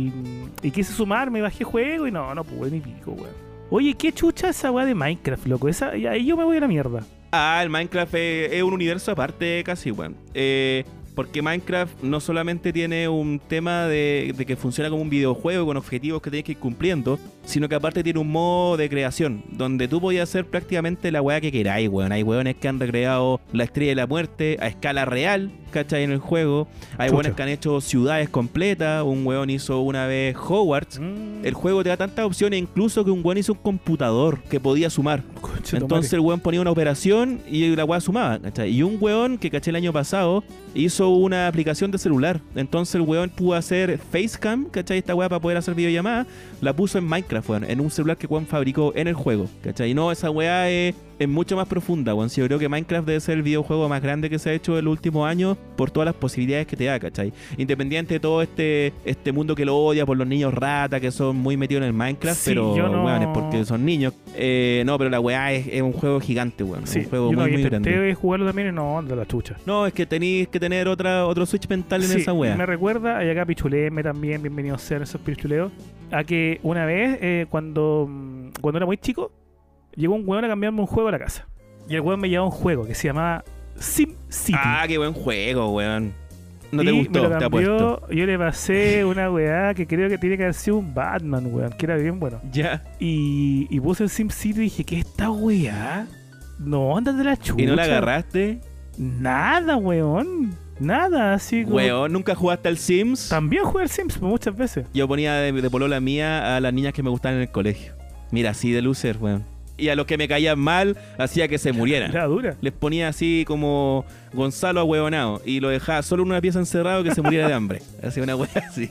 Y quise sumarme, bajé juego y no pude ni pico, weón. Oye, ¿qué chucha esa weá de Minecraft, loco? Ahí yo me voy a la mierda. Ah, el Minecraft es un universo aparte casi, weón. Porque Minecraft no solamente tiene un tema de que funciona como un videojuego con objetivos que tienes que ir cumpliendo, sino que aparte tiene un modo de creación donde tú podías hacer prácticamente la weá que queráis, weón. Hay weones que han recreado la Estrella de la Muerte a escala real, ¿cachai? En el juego. Hay weones que han hecho ciudades completas. Un weón hizo una vez Hogwarts. El juego te da tantas opciones, incluso que un weón hizo un computador que podía sumar. Entonces el weón ponía una operación y la weá sumaba, ¿cachai? Y un weón que caché el año pasado hizo una aplicación de celular. Entonces el weón pudo hacer Facecam, ¿cachai? Esta weá para poder hacer videollamadas, la puso en Minecraft, weón, en un celular que weón fabricó en el juego, ¿cachai? Y no, esa weá es mucho más profunda, weón. Sí, yo creo que Minecraft debe ser el videojuego más grande que se ha hecho en los últimos años por todas las posibilidades que te da, ¿cachai? Independiente de todo este mundo que lo odia por los niños rata que son muy metidos en el Minecraft, sí, pero weón, es porque son niños. No, pero la weá es un juego gigante, weón. Sí, un juego muy grande. Intenté jugarlo también y no, anda la chucha. No, es que tenéis que tener otro switch mental en esa weá. Me recuerda, y acá pichuleeme también, bienvenidos sean esos pichuleos, a que una vez, cuando era muy chico, llegó un weón a cambiarme un juego a la casa. Y el weón me llevaba un juego que se llamaba SimCity. Ah, qué buen juego, weón. No te gustó, te apuesto. Yo le pasé una weá que creo que tiene que haber sido un Batman, weón, que era bien bueno. Ya. Y puse el SimCity y dije, ¿qué es esta weá? No, andas de la chucha. ¿Y no la agarraste? Nada, weón. Nada, así como... Weón, ¿nunca jugaste al Sims? También jugué al Sims muchas veces. Yo ponía de polola mía a las niñas que me gustaban en el colegio. Mira, así de loser, weón. Y a los que me caían mal, hacía que se murieran. La dura. Les ponía así como Gonzalo ahueonado y lo dejaba solo en una pieza encerrado que se muriera de hambre. Hacía una wea así.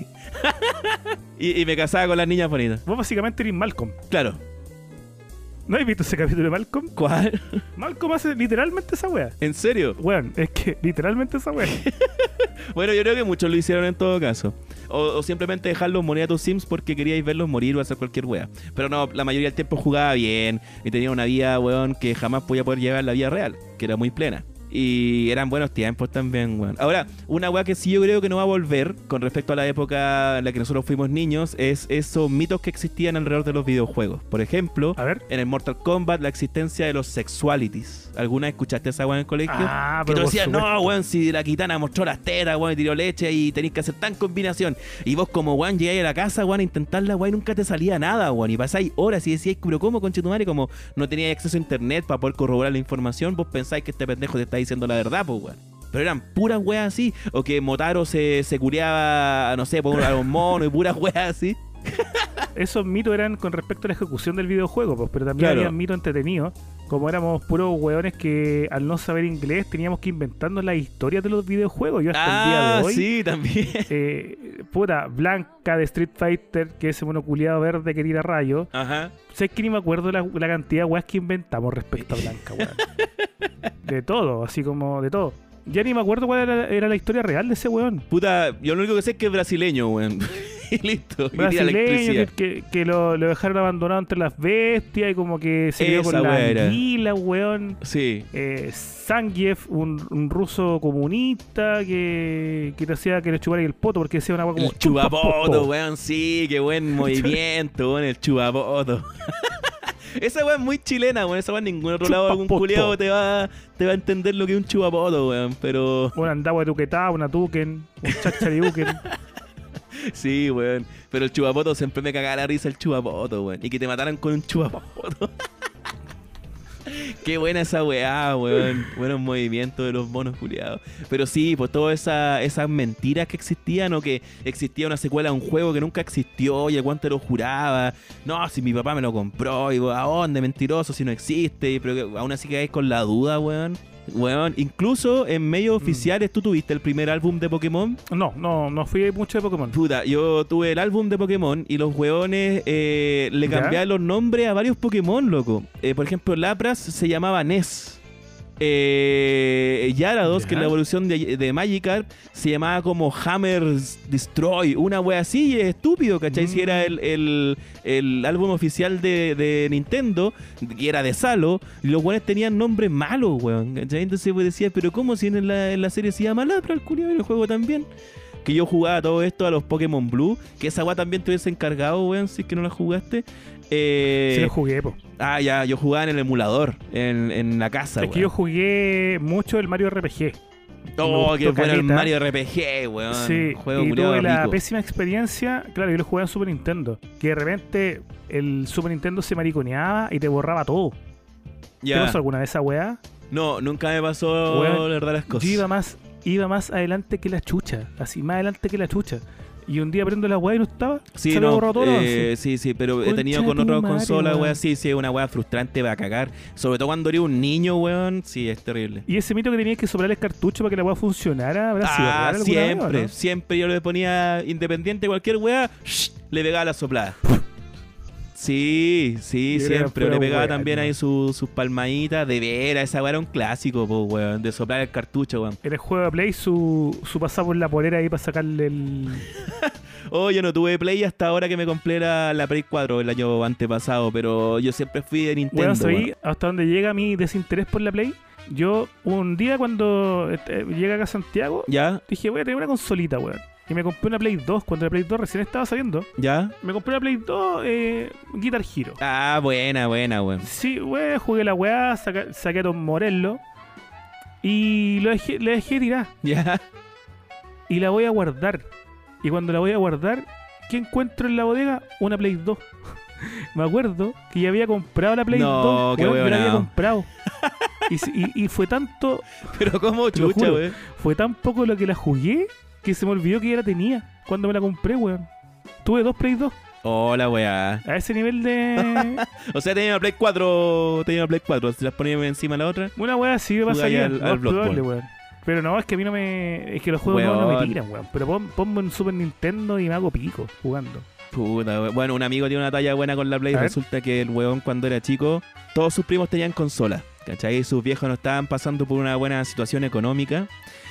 y me casaba con las niñas bonitas. Vos básicamente eres Malcolm. Claro. ¿No has visto ese capítulo de Malcolm? ¿Cuál? Malcolm hace literalmente esa wea. ¿En serio? Weón, es que literalmente esa wea. Bueno, yo creo que muchos lo hicieron en todo caso. O simplemente dejarlos morir a tus Sims porque queríais verlos morir o hacer cualquier wea. Pero no, la mayoría del tiempo jugaba bien y tenía una vida, weón, que jamás podía poder llevar la vida real, que era muy plena. Y eran buenos tiempos también, weón. Ahora, una weá que sí yo creo que no va a volver con respecto a la época en la que nosotros fuimos niños es esos mitos que existían alrededor de los videojuegos. Por ejemplo, en el Mortal Kombat, la existencia de los sexualities. ¿Alguna vez escuchaste esa weá en el colegio? Que tú decías, no, weón, si la Kitana mostró las tetas, weón, y tiró leche y tenéis que hacer tan combinación. Y vos como, weón, llegáis a la casa, weón, a intentarla, weón, y nunca te salía nada, weón. Y pasáis horas y decíais, pero ¿cómo, conchetumare? Como no teníais acceso a internet para poder corroborar la información, vos pensáis que este pendejo te está diciendo la verdad, pues, weón. Pero eran puras weas así. O que Motaro se cureaba, no sé, por un mono y puras weas así. Esos mitos eran con respecto a la ejecución del videojuego, pues, pero también había mitos entretenidos. Como éramos puros weones que al no saber inglés teníamos que inventarnos las historias de los videojuegos. Yo hasta el día de hoy. Sí, también. Puta, Blanca de Street Fighter, que ese monoculeado verde que tira rayos. Ajá. ¿Sabes que ni me acuerdo la cantidad de weas que inventamos respecto a Blanca, weón? De todo, así como de todo. Ya ni me acuerdo cuál era la historia real de ese weón. Puta, yo lo único que sé es que es brasileño, weón. Y listo. Brasileño, que lo dejaron abandonado entre las bestias y como que se quedó con la anguila, weón. Sí. Zangief, un ruso comunista que te hacía que le chupara el poto porque decía una weá como... El chupapoto, weón, sí, qué buen movimiento, weón, el chupapoto. Esa weá es muy chilena, weón. Esa weá en ningún otro lado algún culiado te va a entender lo que es un chupapoto, weón. Pero... Una andagua tuquetá, una tuquen, un chachariuquen. Sí, weón. Pero el chupapoto siempre me cagaba la risa el chupapoto, weón. Y que te mataran con un chupapoto. Qué buena esa weá, weón. Buenos movimientos de los monos culiados. Pero sí, pues todas esas mentiras que existían, o que existía una secuela a un juego que nunca existió y el guante lo juraba. No, si mi papá me lo compró, y ¿a dónde? Mentiroso, si no existe. Pero que aún así quedáis con la duda, weón. Weón, incluso en medios oficiales, ¿tú tuviste el primer álbum de Pokémon? No fui mucho de Pokémon. Puta, yo tuve el álbum de Pokémon y los weones le cambiaban los nombres a varios Pokémon, loco. Por ejemplo, Lapras se llamaba Ness. Gyarados, que es la evolución de Magikarp, se llamaba como Hammer Destroy, una wea así, es estúpido, ¿cachai? Si era el álbum oficial de Nintendo, que era de Salo, y los weones tenían nombres malos, weón, ¿cachai? Entonces pues decía, pero ¿cómo si en la serie se llama Lapra, el culiado, en el juego también? Que yo jugaba todo esto a los Pokémon Blue, que esa wea también te hubiese encargado, weón, si es que no la jugaste. Sí lo jugué, po. Ah, ya, yo jugaba en el emulador, en la casa, Es que yo jugué mucho el Mario RPG. Oh, que bueno el Mario RPG, weón. Sí, juego y tuve la rico. pésima experiencia. Claro, yo lo jugué en Super Nintendo. Que de repente el Super Nintendo se mariconeaba y te borraba todo. ¿Te pasó alguna vez esa weá? No, nunca me pasó, weón, la verdad, las cosas. Yo iba más adelante que la chucha. Así, más adelante que la chucha. Y un día prendo la weá y no estaba. Sí, se no, borró todo. sí, pero Concha he tenido con otras consolas, weón. weón, sí, es una weá frustrante para cagar. Sobre todo cuando eres un niño, weón, sí, es terrible. Y ese mito que tenías que soplar el cartucho para que la weá funcionara, ¿habrá sido real alguna siempre, vez, ¿no? siempre yo le ponía independiente cualquier weá, le pegaba la soplada. Sí, siempre. Le pegaba también ahí sus palmaditas. De veras, esa weá era un clásico, po, weón, de soplar el cartucho, weón. En el juego de Play, su pasado por la polera ahí para sacarle el... Oh, yo no tuve Play hasta ahora que me compré la Play 4 el año antepasado, pero yo siempre fui de Nintendo. Bueno, ¿sabí hasta dónde llega mi desinterés por la Play? Yo, un día cuando llegué acá a Santiago, ¿ya? Dije, voy a tener una consolita, weón. Y me compré una Play 2 cuando la Play 2 recién estaba saliendo. ¿Ya? Me compré una Play 2 Guitar Hero. Ah, buena, weón. Sí, weón, jugué la weá, saqué a Tom Morello y le dejé tirar. ¿Ya? Y la voy a guardar. Y cuando la voy a guardar, ¿qué encuentro en la bodega? Una Play 2. Me acuerdo que ya había comprado la Play 2. Qué weón, weón, la había comprado. Y fue tanto... Pero cómo chucha, weón. Fue tan poco lo que la jugué que se me olvidó que ya la tenía cuando me la compré, weón. Tuve 2 Play 2. Hola, weá. A ese nivel de... O sea, tenía una Play 4. Si las ponía encima de la otra. Una weá sí me pasaría. al Bloodborne, weón. Pero no, es que a mí no me... Es que los juegos no me tiran, weón. Pero ponme en Super Nintendo y me hago pico jugando. Puta, weón. Bueno, un amigo tiene una talla buena con la Play. Resulta que el weón, cuando era chico, todos sus primos tenían consola, ¿cachai? Sus viejos no estaban pasando por una buena situación económica.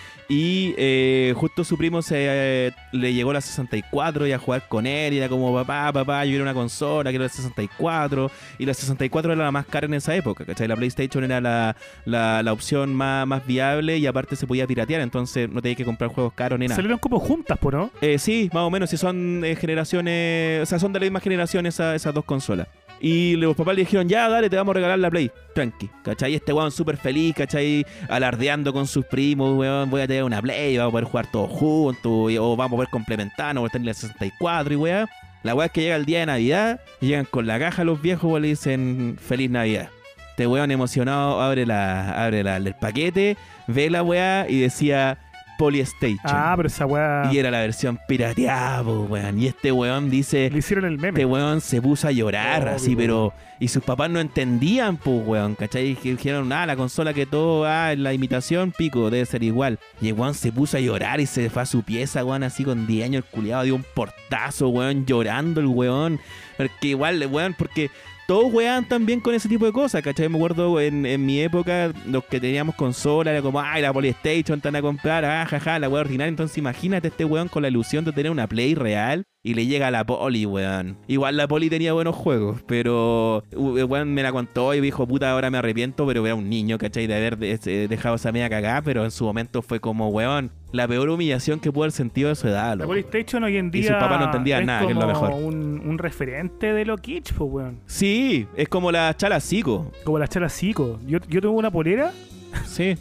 Y justo su primo le llegó la 64 y a jugar con él. Y era como, papá, yo quiero una consola, quiero la 64. Y la 64 era la más cara en esa época, ¿cachai? La PlayStation era la opción más viable y aparte se podía piratear. Entonces no tenías que comprar juegos caros ni nada. Salieron como juntas, ¿no? Sí, más o menos. Si son generaciones, o sea, son de la misma generación esas dos consolas. Y los papás le dijeron, ya, dale, te vamos a regalar la Play. Tranqui, ¿cachai? Este weón súper feliz, ¿cachai? Alardeando con sus primos, weón, voy a tener una Play, vamos a poder jugar todos juntos, o vamos a poder complementarnos, voy a tener la 64 y weón. La weá es que llega el día de Navidad, y llegan con la caja los viejos, weón, le dicen, feliz Navidad. Este weón emocionado abre el paquete, ve la weá y decía... Polystation. Ah, pero esa weá... Y era la versión pirateada, weón. Y este weón dice... Le hicieron el meme. Este weón se puso a llorar, así, pero... Y sus papás no entendían, pues, weón, ¿cachai? Dijeron, la consola que todo, la imitación, pico, debe ser igual. Y el weón se puso a llorar y se fue a su pieza, weón, así con 10 años, el culiado dio un portazo, weón, llorando el weón. Porque igual, weón, porque... Todos juegan también con ese tipo de cosas, ¿cachai? Me acuerdo en mi época, los que teníamos consola, era como, la Polystation, te van a comprar, jaja, la weá ordinaria. Entonces imagínate este weón con la ilusión de tener una Play real y le llega a la Poli, weón. Igual la Poli tenía buenos juegos, pero weón me la contó y dijo, puta, ahora me arrepiento, pero era un niño, ¿cachai? De haber dejado esa media cagada, pero en su momento fue como, weón, la peor humillación que pudo haber sentido de su edad, loco. La PlayStation hoy en día... Y sus papás no entendían nada, que es lo mejor. Un referente de lo kitsch, pues, weón. Sí, es como la Chala Zico. Como la Chala Zico. Yo tengo una polera. Sí.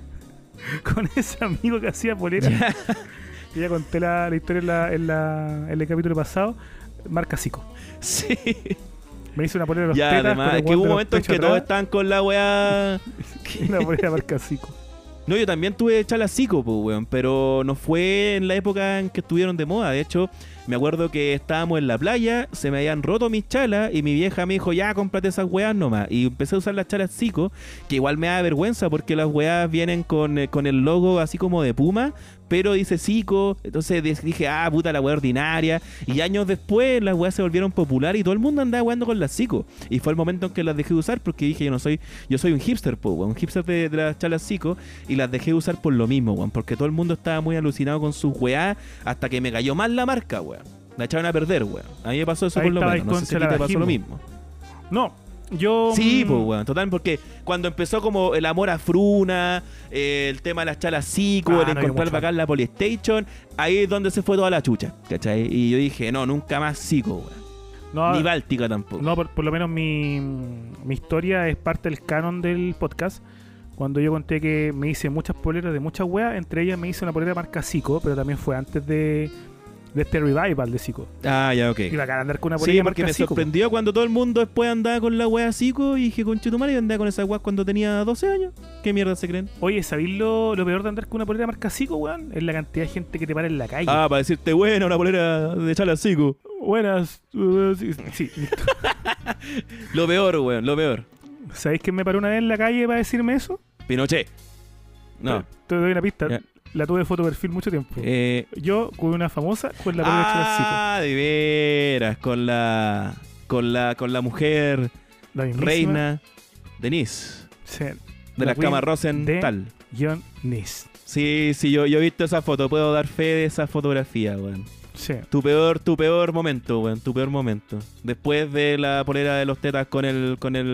Con ese amigo que hacía polera. Que ya conté la historia en el capítulo pasado. Marca Zico. Sí. Me hice una polera de los Ya, tetas. además, es que hubo un momento en que todos estaban con la weá. Una polera marca Zico. No, yo también tuve chalas Zico, pues, weón, pero no fue en la época en que estuvieron de moda. De hecho, me acuerdo que estábamos en la playa, se me habían roto mis chalas y mi vieja me dijo, ya, cómprate esas weas nomás. Y empecé a usar las chalas Zico, que igual me da vergüenza porque las weas vienen con el logo así como de Puma, pero dice Zico. Entonces dije, puta, la wea ordinaria. Y años después las weas se volvieron populares y todo el mundo andaba weando con las Zico. Y fue el momento en que las dejé de usar porque dije, yo soy un hipster, po, weón, un hipster de las chalas Zico, y las dejé de usar por lo mismo, weón, porque todo el mundo estaba muy alucinado con sus weas hasta que me cayó mal la marca, weón. La echaron a perder, weón. A mí me pasó eso. Ahí por lo menos. No sé si a ti te pasó lo mismo. No, yo... Sí, pues, weón. Total, porque cuando empezó como el amor a Fruna, el tema de las chalas Zico, el encontrar bacán la Polystation, ahí es donde se fue toda la chucha, ¿cachai? Y yo dije, no, nunca más Zico, weón. No, ni Báltica tampoco. No, por lo menos mi historia es parte del canon del podcast. Cuando yo conté que me hice muchas poleras de muchas weas, entre ellas me hice una polera marca Zico, pero también fue antes de este revival de Zico. Ah, ya, ok. Y bacán andar con una polera sí, porque me Zico, sorprendió cuando todo el mundo después andaba con la wea Zico y dije, conchetumare, yo andaba con esa wea cuando tenía 12 años. ¿Qué mierda se creen? Oye, ¿sabéis lo peor de andar con una polera marca Zico, weón? Es la cantidad de gente que te para en la calle. Para decirte, buena, una polera de chala Zico. Buenas. Sí, listo. Lo peor, weón, lo peor. ¿Sabéis quién me paró una vez en la calle para decirme eso? Pinochet. No. Te doy una pista. Ya. La tuve de foto perfil mucho tiempo. Yo con una famosa con la polera de Zico. De veras, con la mujer reina Denise. Sí. De las camas Rosenthal. John Nis. Sí, yo he visto esa foto, puedo dar fe de esa fotografía, weón. Sí. Tu peor momento, weón, tu peor momento. Después de la polera de los tetas con el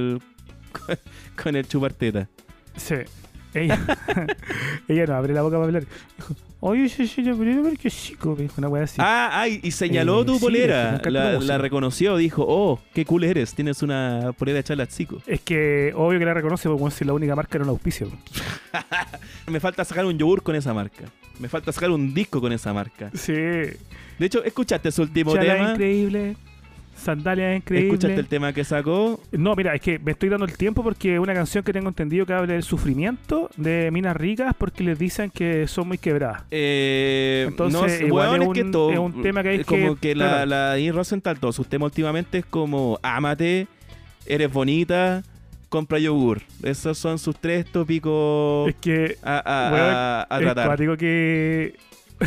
chuparteta. Sí. Ella no abre la boca para hablar. Dijo, oye, yo polera porque Zico, me dijo una wea así. Y señaló tu polera. Sí, la reconoció, dijo, oh, qué cool eres, tienes una polera de chala Zico. Es que obvio que la reconoce porque si la única marca era un auspicio. Me falta sacar un yogur con esa marca. Me falta sacar un disco con esa marca. Sí. De hecho, ¿escuchaste su último Chala tema? Increíble. Sandalias increíbles. ¿Escuchaste el tema que sacó? No, mira, es que me estoy dando el tiempo porque es una canción que tengo entendido que habla del sufrimiento de minas ricas porque les dicen que son muy quebradas. Entonces, no, igual bueno, es un tema que hay como que la Dean Rosenthal, todos sus temas últimamente es como ámate, eres bonita, compra yogur. Esos son sus 3 tópicos es que, a tratar. Digo que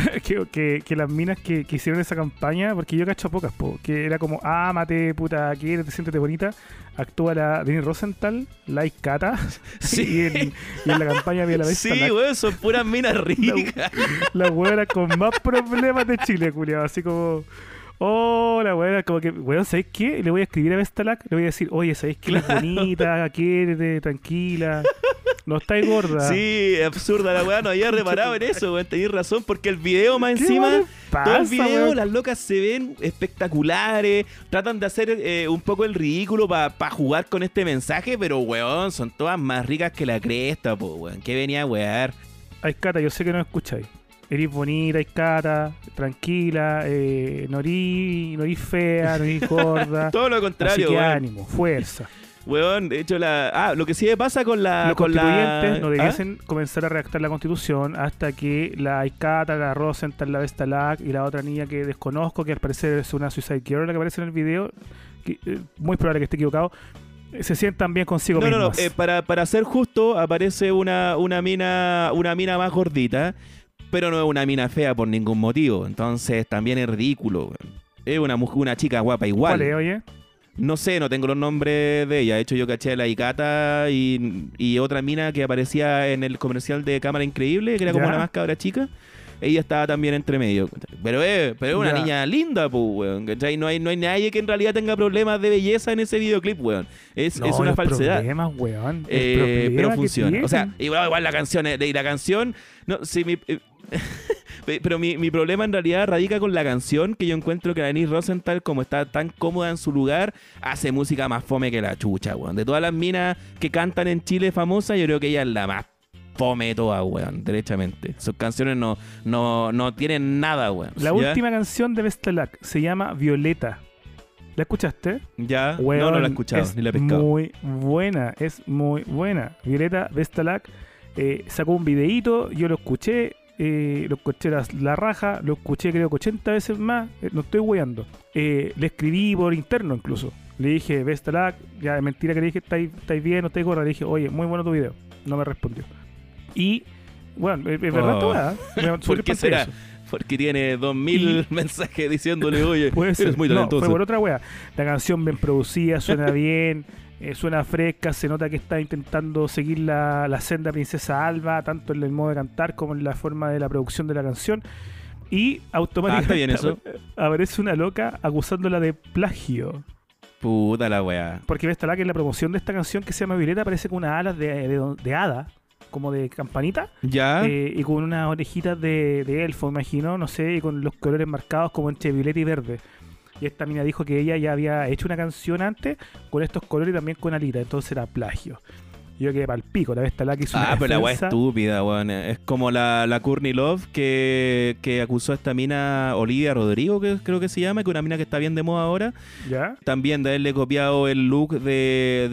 las minas que hicieron esa campaña, porque yo cacho pocas, que era como, mate, puta, quiérete, siéntete bonita, actúa la Denis Rosenthal, la Iscata, sí. y en la campaña había la vez. Sí, weón, son puras minas ricas. La weona con más problemas de Chile, culiao, así como... Oh, la weona, como que, weón, ¿sabéis qué? Le voy a escribir a Vestalac, le voy a decir, oye, ¿sabéis qué? Claro. Es bonita, quiérete, tranquila, no estáis gorda. Sí, absurda la weá, no había reparado en eso, weón, tenéis razón, porque el video más encima, todo el video, weón, las locas se ven espectaculares, tratan de hacer un poco el ridículo para jugar con este mensaje, pero weón, son todas más ricas que la cresta, po, weón, ¿qué venía a wear? Ay, Cata, yo sé que no escucháis. Eres bonita, Iscata, tranquila, no eres fea, no eres gorda. Todo lo contrario, así que weón. ánimo, fuerza. Weón, de hecho, lo que sí me pasa con la... Los constituyentes no debiesen comenzar a redactar la constitución hasta que la Iscata, la Rosenthal, la Vestalac y la otra niña que desconozco, que al parecer es una Suicide Girl, la que aparece en el video, que, muy probable que esté equivocado, se sientan bien consigo mismos. No, para ser justo, aparece una mina más gordita, pero no es una mina fea por ningún motivo. Entonces también es ridículo. Es una chica guapa igual. ¿Cuál es, oye? No sé, no tengo los nombres de ella. De hecho, yo caché a la Ikata y otra mina que aparecía en el comercial de Cámara Increíble, que era como una más cabra chica. Ella estaba también entre medio. Pero es una niña linda, pues, weón. ¿Cachai? No hay nadie que en realidad tenga problemas de belleza en ese videoclip, weón. Es una falsedad. Problemas, weón. Pero funciona. O sea, igual la canción. No, sí, pero mi problema en realidad radica con la canción, que yo encuentro que la Denise Rosenthal, como está tan cómoda en su lugar, hace música más fome que la chucha, weón. De todas las minas que cantan en Chile famosas, yo creo que ella es la más fome de todas, weón, derechamente. Sus canciones no tienen nada, weón. La última canción de Vestalac se llama Violeta. ¿La escuchaste? Ya, Weón, no la he escuchado, ni la he pescado. Es muy buena. Violeta Vestalak sacó un videíto, yo lo escuché la raja, lo escuché creo que 80 veces más, no estoy weando. Le escribí por interno incluso. Le dije, Vestalak, ya es mentira que le dije, ¿estáis bien? ¿No estáis gorda? Le dije, oye, muy bueno tu video. No me respondió. Y, bueno, es verdad toda. ¿Por qué será? Eso. Porque tiene 2000 mensajes diciéndole, oye, eres muy talentoso. No, fue por otra wea. La canción bien producida, suena bien, suena fresca, se nota que está intentando seguir la senda Princesa Alba, tanto en el modo de cantar como en la forma de la producción de la canción. Y automáticamente aparece una loca acusándola de plagio. Puta la wea. Porque Vestalak en la promoción de esta canción que se llama Violeta aparece con unas alas de hada, como de campanita, y con unas orejitas de elfo, imagino, no sé, y con los colores marcados como entre violeta y verde. Y esta mina dijo que ella ya había hecho una canción antes con estos colores y también con alitas, entonces era plagio. Yo quedé pa'l pico, la Vestalak hizo una pero la weá es estúpida, weón. Es como la Courtney Love que acusó a esta mina Olivia Rodrigo, que creo que se llama, que es una mina que está bien de moda ahora. ¿Ya? También de haberle copiado el look de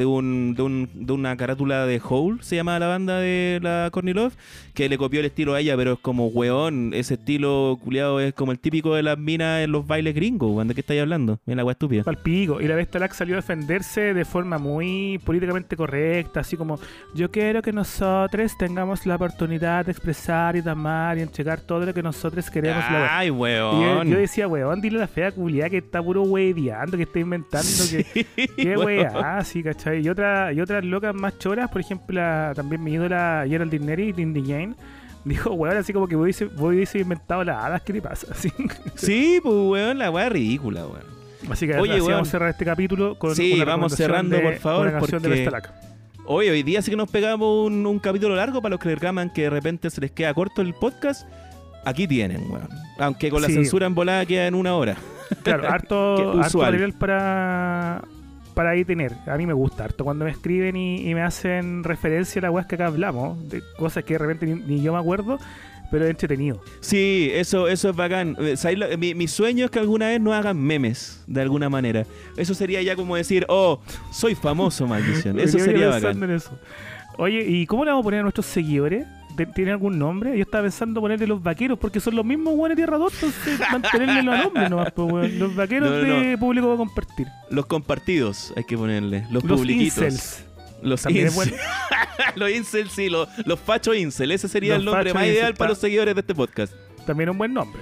una carátula de Hole, se llama la banda de la Courtney Love, que le copió el estilo a ella, pero es como, weón, ese estilo culiado es como el típico de las minas en los bailes gringos, weón. ¿De qué estáis hablando? Mira la weá estúpida. Pa'l pico. Y la Vestalak salió a defenderse de forma muy políticamente correcta, así como, yo quiero que nosotros tengamos la oportunidad de expresar y de amar y entregar todo lo que nosotros queremos. Ay, weón. Y yo decía, weón, dile a la fea culiada que está puro weideando, que está inventando, que weá, sí, ¿cachai? Y otras locas más choras, por ejemplo, también mi ídola Geraldine Neri, Lindy Jane, dijo, weón, así como que vos hubiese inventado las hadas, ¿qué le pasa? Así. Sí, pues, weón, la weá ridícula, weón. Así que vamos a cerrar este capítulo con una vamos cerrando, por favor, porque... de Vestalak. Hoy día sí que nos pegamos un capítulo largo para los que reclaman que de repente se les queda corto el podcast. Aquí tienen, weón. Aunque con la censura en volada queda en 1 hora. Claro, harto material para ahí tener. A mí me gusta harto cuando me escriben y me hacen referencia a la weas que acá hablamos, de cosas que de repente ni yo me acuerdo, pero es entretenido. Sí, eso es bacán. Mi sueño es que alguna vez nos hagan memes, de alguna manera. Eso sería ya como decir, oh, soy famoso, maldición. Eso sería bacán. En eso. Oye, ¿y cómo le vamos a poner a nuestros seguidores? ¿Tiene algún nombre? Yo estaba pensando ponerle los vaqueros, porque son los mismos weones de Tierra 2, entonces mantenerle los nombres nomás, pues, weón. Los vaqueros de público va a compartir. Los compartidos hay que ponerle. Los publiquitos. Incels. Los incels. Los incels, sí, los fachos incel. Ese sería el nombre más ideal para los seguidores de este podcast. También un buen nombre.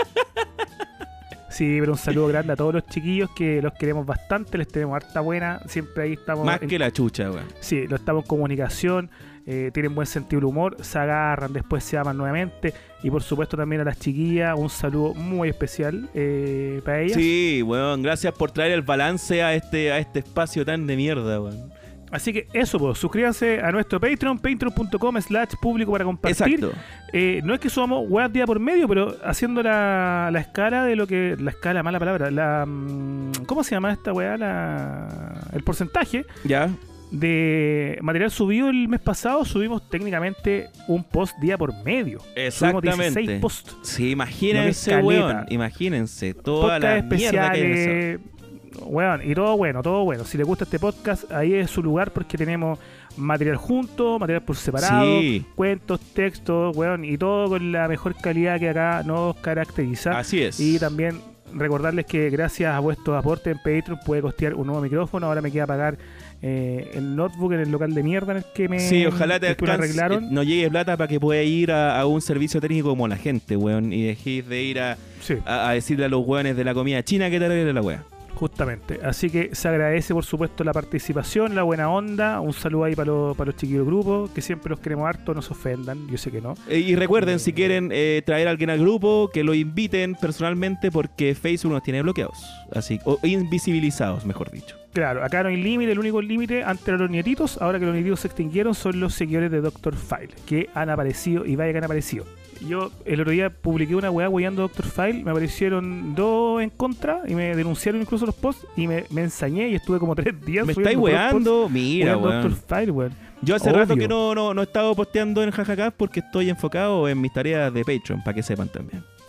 Sí, pero un saludo grande a todos los chiquillos que los queremos bastante, les tenemos harta buena, siempre ahí estamos. Más que la chucha, weón. Sí, lo estamos en comunicación, tienen buen sentido del humor, se agarran, después se aman nuevamente. Y por supuesto también a las chiquillas, un saludo muy especial para ellas. Sí, weón, gracias por traer el balance a este espacio tan de mierda, weón. Así que eso, pues, suscríbanse a nuestro Patreon, patreon.com/público para compartir. Exacto. No es que subamos weas día por medio, pero haciendo la escala de lo que... La escala, mala palabra. ¿Cómo se llama esta wea? El porcentaje. Ya. De material subido el mes pasado, subimos técnicamente un post día por medio. Exactamente. Subimos 16 posts. Sí, imagínense, weón. Imagínense toda la mierda que hay en eso. Bueno, y todo bueno. Si les gusta este podcast, ahí es su lugar porque tenemos material junto, material por separado, cuentos, textos, y todo con la mejor calidad que acá nos caracteriza. Así es. Y también recordarles que gracias a vuestros aportes en Patreon puede costear un nuevo micrófono. Ahora me queda pagar el notebook en el local de mierda en el que me ojalá te arreglaron. No llegue plata para que pueda ir a un servicio técnico como la gente, weón, y dejéis de ir a decirle a los weones de la comida china que te arregle la wea. Justamente, así que se agradece por supuesto la participación, la buena onda, un saludo ahí para los chiquillos del grupo, que siempre los queremos harto, no se ofendan, yo sé que no. Y recuerden, si quieren traer a alguien al grupo, que lo inviten personalmente porque Facebook nos tiene bloqueados, así, o invisibilizados, mejor dicho. Claro, acá no hay límite, el único límite antes eran los nietitos, ahora que los nietitos se extinguieron son los seguidores de Dr. File, que han aparecido y vaya que han aparecido. Yo el otro día publiqué una weá weyando a Dr. File, me aparecieron 2 en contra y me denunciaron incluso los posts y me ensañé y estuve como 3 días. Me estáis weando, mira, weón. Dr. File, weón. Yo hace rato que no he estado posteando en Jajacaf porque estoy enfocado en mis tareas de Patreon, para que sepan también.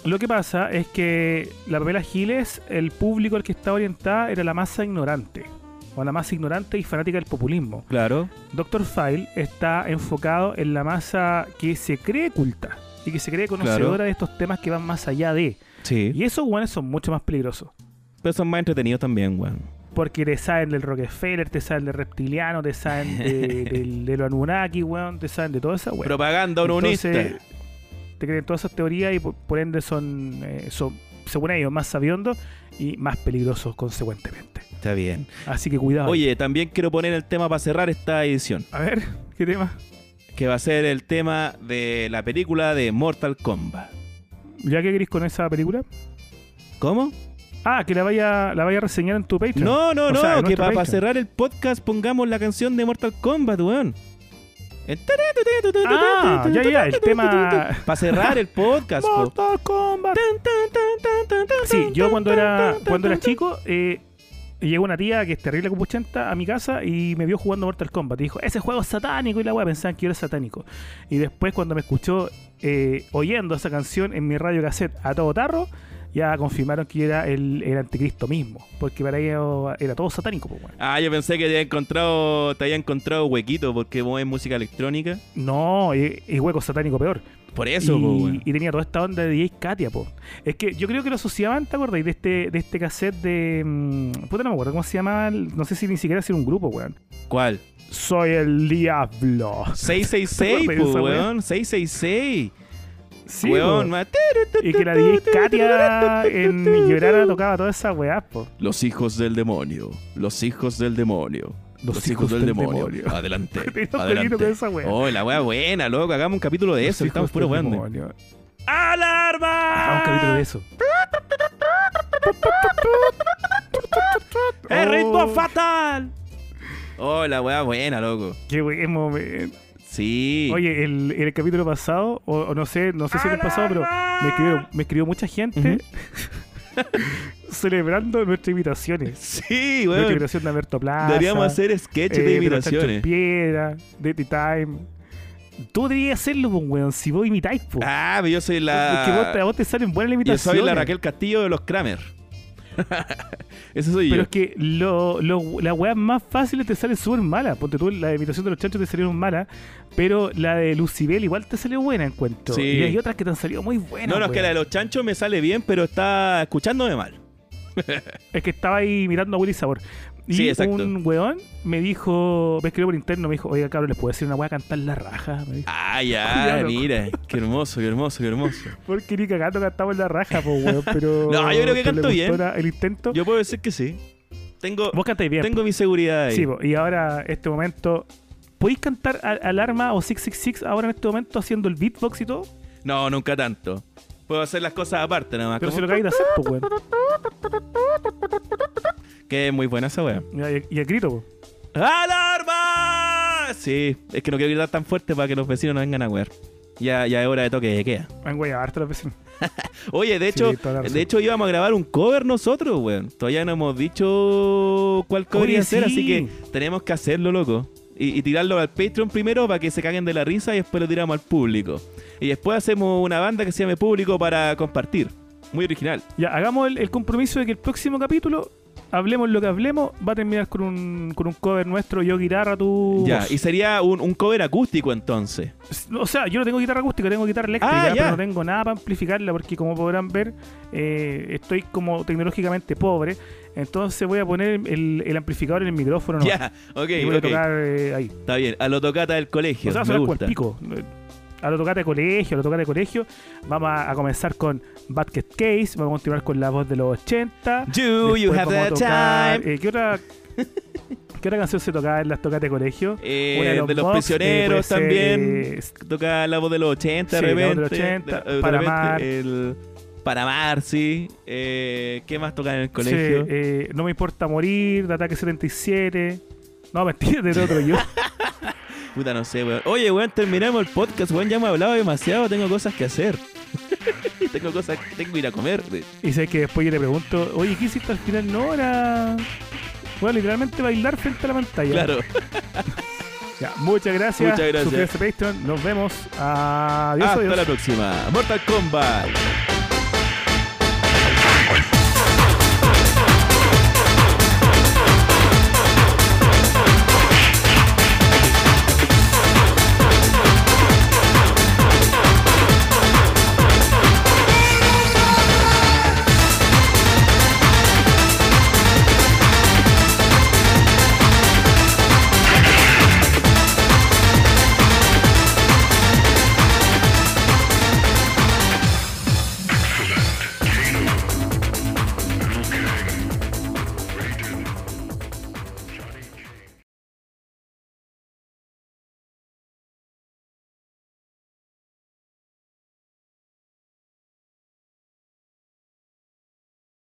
Lo que pasa es que la Pamela Giles, el público al que estaba orientada era la masa ignorante. O la masa ignorante y fanática del populismo. Claro. Dr. File está enfocado en la masa que se cree culta y que se cree conocedora de estos temas que van más allá de. Sí. Y esos weones son mucho más peligrosos. Pero son más entretenidos también, weón. Porque te saben del Rockefeller, te saben del reptiliano, te saben de los Anunnaki, weón, te saben de toda esa weón. Propaganda unionista. Entonces, te creen todas esas teorías y por ende son, según ellos, más sabiondos y más peligrosos consecuentemente. Está bien. Así que cuidado. Oye, también quiero poner el tema para cerrar esta edición. A ver, ¿qué tema? Que va a ser el tema de la película de Mortal Kombat. ¿Ya qué querés con esa película? ¿Cómo? Ah, que la vaya a reseñar en tu Patreon. No, O sea, en que nuestro para Patreon. cerrar el podcast pongamos la canción de Mortal Kombat, weón. Ah, ya, el tema... Para cerrar el podcast, po. Mortal Kombat. Sí, yo cuando era chico, llegó una tía que es terrible copuchenta a mi casa y me vio jugando Mortal Kombat y dijo, ese juego es satánico, y la weá, pensaban que yo era satánico. Y después cuando me escuchó oyendo esa canción en mi radio cassette a todo tarro, ya confirmaron que era el anticristo mismo, porque para ellos era todo satánico, pues, bueno. Ah, yo pensé que te había encontrado huequito porque vos es música electrónica. No, y hueco satánico peor. Por eso, po, weón. Y tenía toda esta onda de DJ Katia, po. Es que yo creo que lo asociaban, ¿te acordáis? De este cassette de... puta, no me acuerdo cómo se llamaba, no sé si ni siquiera era un grupo, weón. ¿Cuál? Soy el diablo. 666, pues, weón. 666. Sí, weón, y que la DJ Katia en Llorara tocaba todas esas weas, po. Los hijos del demonio. Los hijos del demonio. Los hijos del demonio. Adelante. Adelante. Con esa wea. Oh, la wea buena, loco. Hagamos un capítulo de eso. Estamos puro weando. ¡Alarma! Hagamos un capítulo de eso. ¡El ritmo fatal! Oh, la wea buena, loco. Qué buen momento. Sí. Oye, el capítulo pasado, o no sé si en el pasado, pero me escribió mucha gente celebrando nuestras imitaciones. Sí, Nuestra weón. imitación de Alberto Plaza. Deberíamos hacer sketches de imitaciones. Piedra, de The Time. Tú deberías hacerlo, pues, weón, si vos imitáis, pues. Ah, pero yo soy la... Es que a vos te salen buenas las Yo imitaciones. soy la Raquel Castillo de los Kramer. Ese soy pero yo. es que las weas más fáciles te salen súper malas. Ponte tú, la imitación de los chanchos te salieron malas, pero la de Lucibel igual te salió buena, encuentro. Sí. Y hay otras que te han salido muy buenas. No, es que la de los chanchos me sale bien, pero está escuchándome mal. Es que estaba ahí mirando a Willy Sabor. Y Sí, exacto. un weón me escribió por interno, me dijo, oiga, cabrón, ¿les puedo decir una wea a cantar la raja? Me dijo. Ah, ya, Cuidado, mira. Qué hermoso, qué hermoso, qué hermoso. Porque ni cagando cantamos la raja, pues, weón, pero... No, yo creo que pero canto le bien. gustó el intento. Yo puedo decir que sí. Vos cantáis bien. Tengo mi seguridad ahí. Sí, po, y ahora, este momento... ¿Podéis cantar Alarma o 666 ahora en este momento haciendo el beatbox y todo? No, nunca tanto. Puedo hacer las cosas aparte nada más. Pero como- si lo acabáis de hacer, pues, weón. Que es muy buena esa wea. Y el grito, pues. ¡Alarma! Sí, es que no quiero gritar tan fuerte para que los vecinos no vengan a wear. Ya es hora de toque de queda. Van, güey, a darte los vecinos. Oye, de hecho, toda la razón. íbamos a grabar un cover nosotros, weón. Todavía no hemos dicho cuál cover Oye, iba a ser, sí. así que tenemos que hacerlo, loco. Y tirarlo al Patreon primero para que se caguen de la risa y después lo tiramos al público. Y después hacemos una banda que se llame Público para compartir. Muy original. Ya, hagamos el compromiso de que el próximo capítulo, hablemos lo que hablemos, va a terminar con un cover nuestro, yo guitarra, tú Ya, voz. y sería un cover acústico entonces. O sea, yo no tengo guitarra acústica, tengo guitarra eléctrica, Ah, ya. pero no tengo nada para amplificarla porque, como podrán ver, estoy como tecnológicamente pobre. Entonces voy a poner el amplificador en el micrófono. ¿no? Ya, ok, Y voy a ok. tocar ahí. Está bien, a lo tocata del colegio. O sea, me suena como el gusta. pico. A lo tocata de colegio. Vamos a comenzar con Basket Case. Vamos a continuar con la voz de los 80. Do you Después have vamos a the tocar, time? ¿qué otra canción se tocaba en las tocatas de colegio? Una De los Bucks, prisioneros puede también. ser, Toca la voz de los 80 de Sí, la voz repente. de los 80, de Para repente Amar. Para Amar, sí. ¿Qué más tocan en el colegio? sí, No me importa morir, de Ataque 77. No, mentira, de otro yo. Puta, no sé, weón. Oye, weón, terminamos el podcast, weón. Ya me he hablado demasiado, tengo cosas que hacer. Tengo que ir a comer. Y sé que después yo le pregunto, oye, ¿qué hiciste al final? No, era... Bueno, literalmente bailar frente a la pantalla. Claro. Ya, muchas gracias. Muchas gracias. Suscríbete a Patreon. Nos vemos. Adiós. Hasta adiós. la próxima. Mortal Kombat.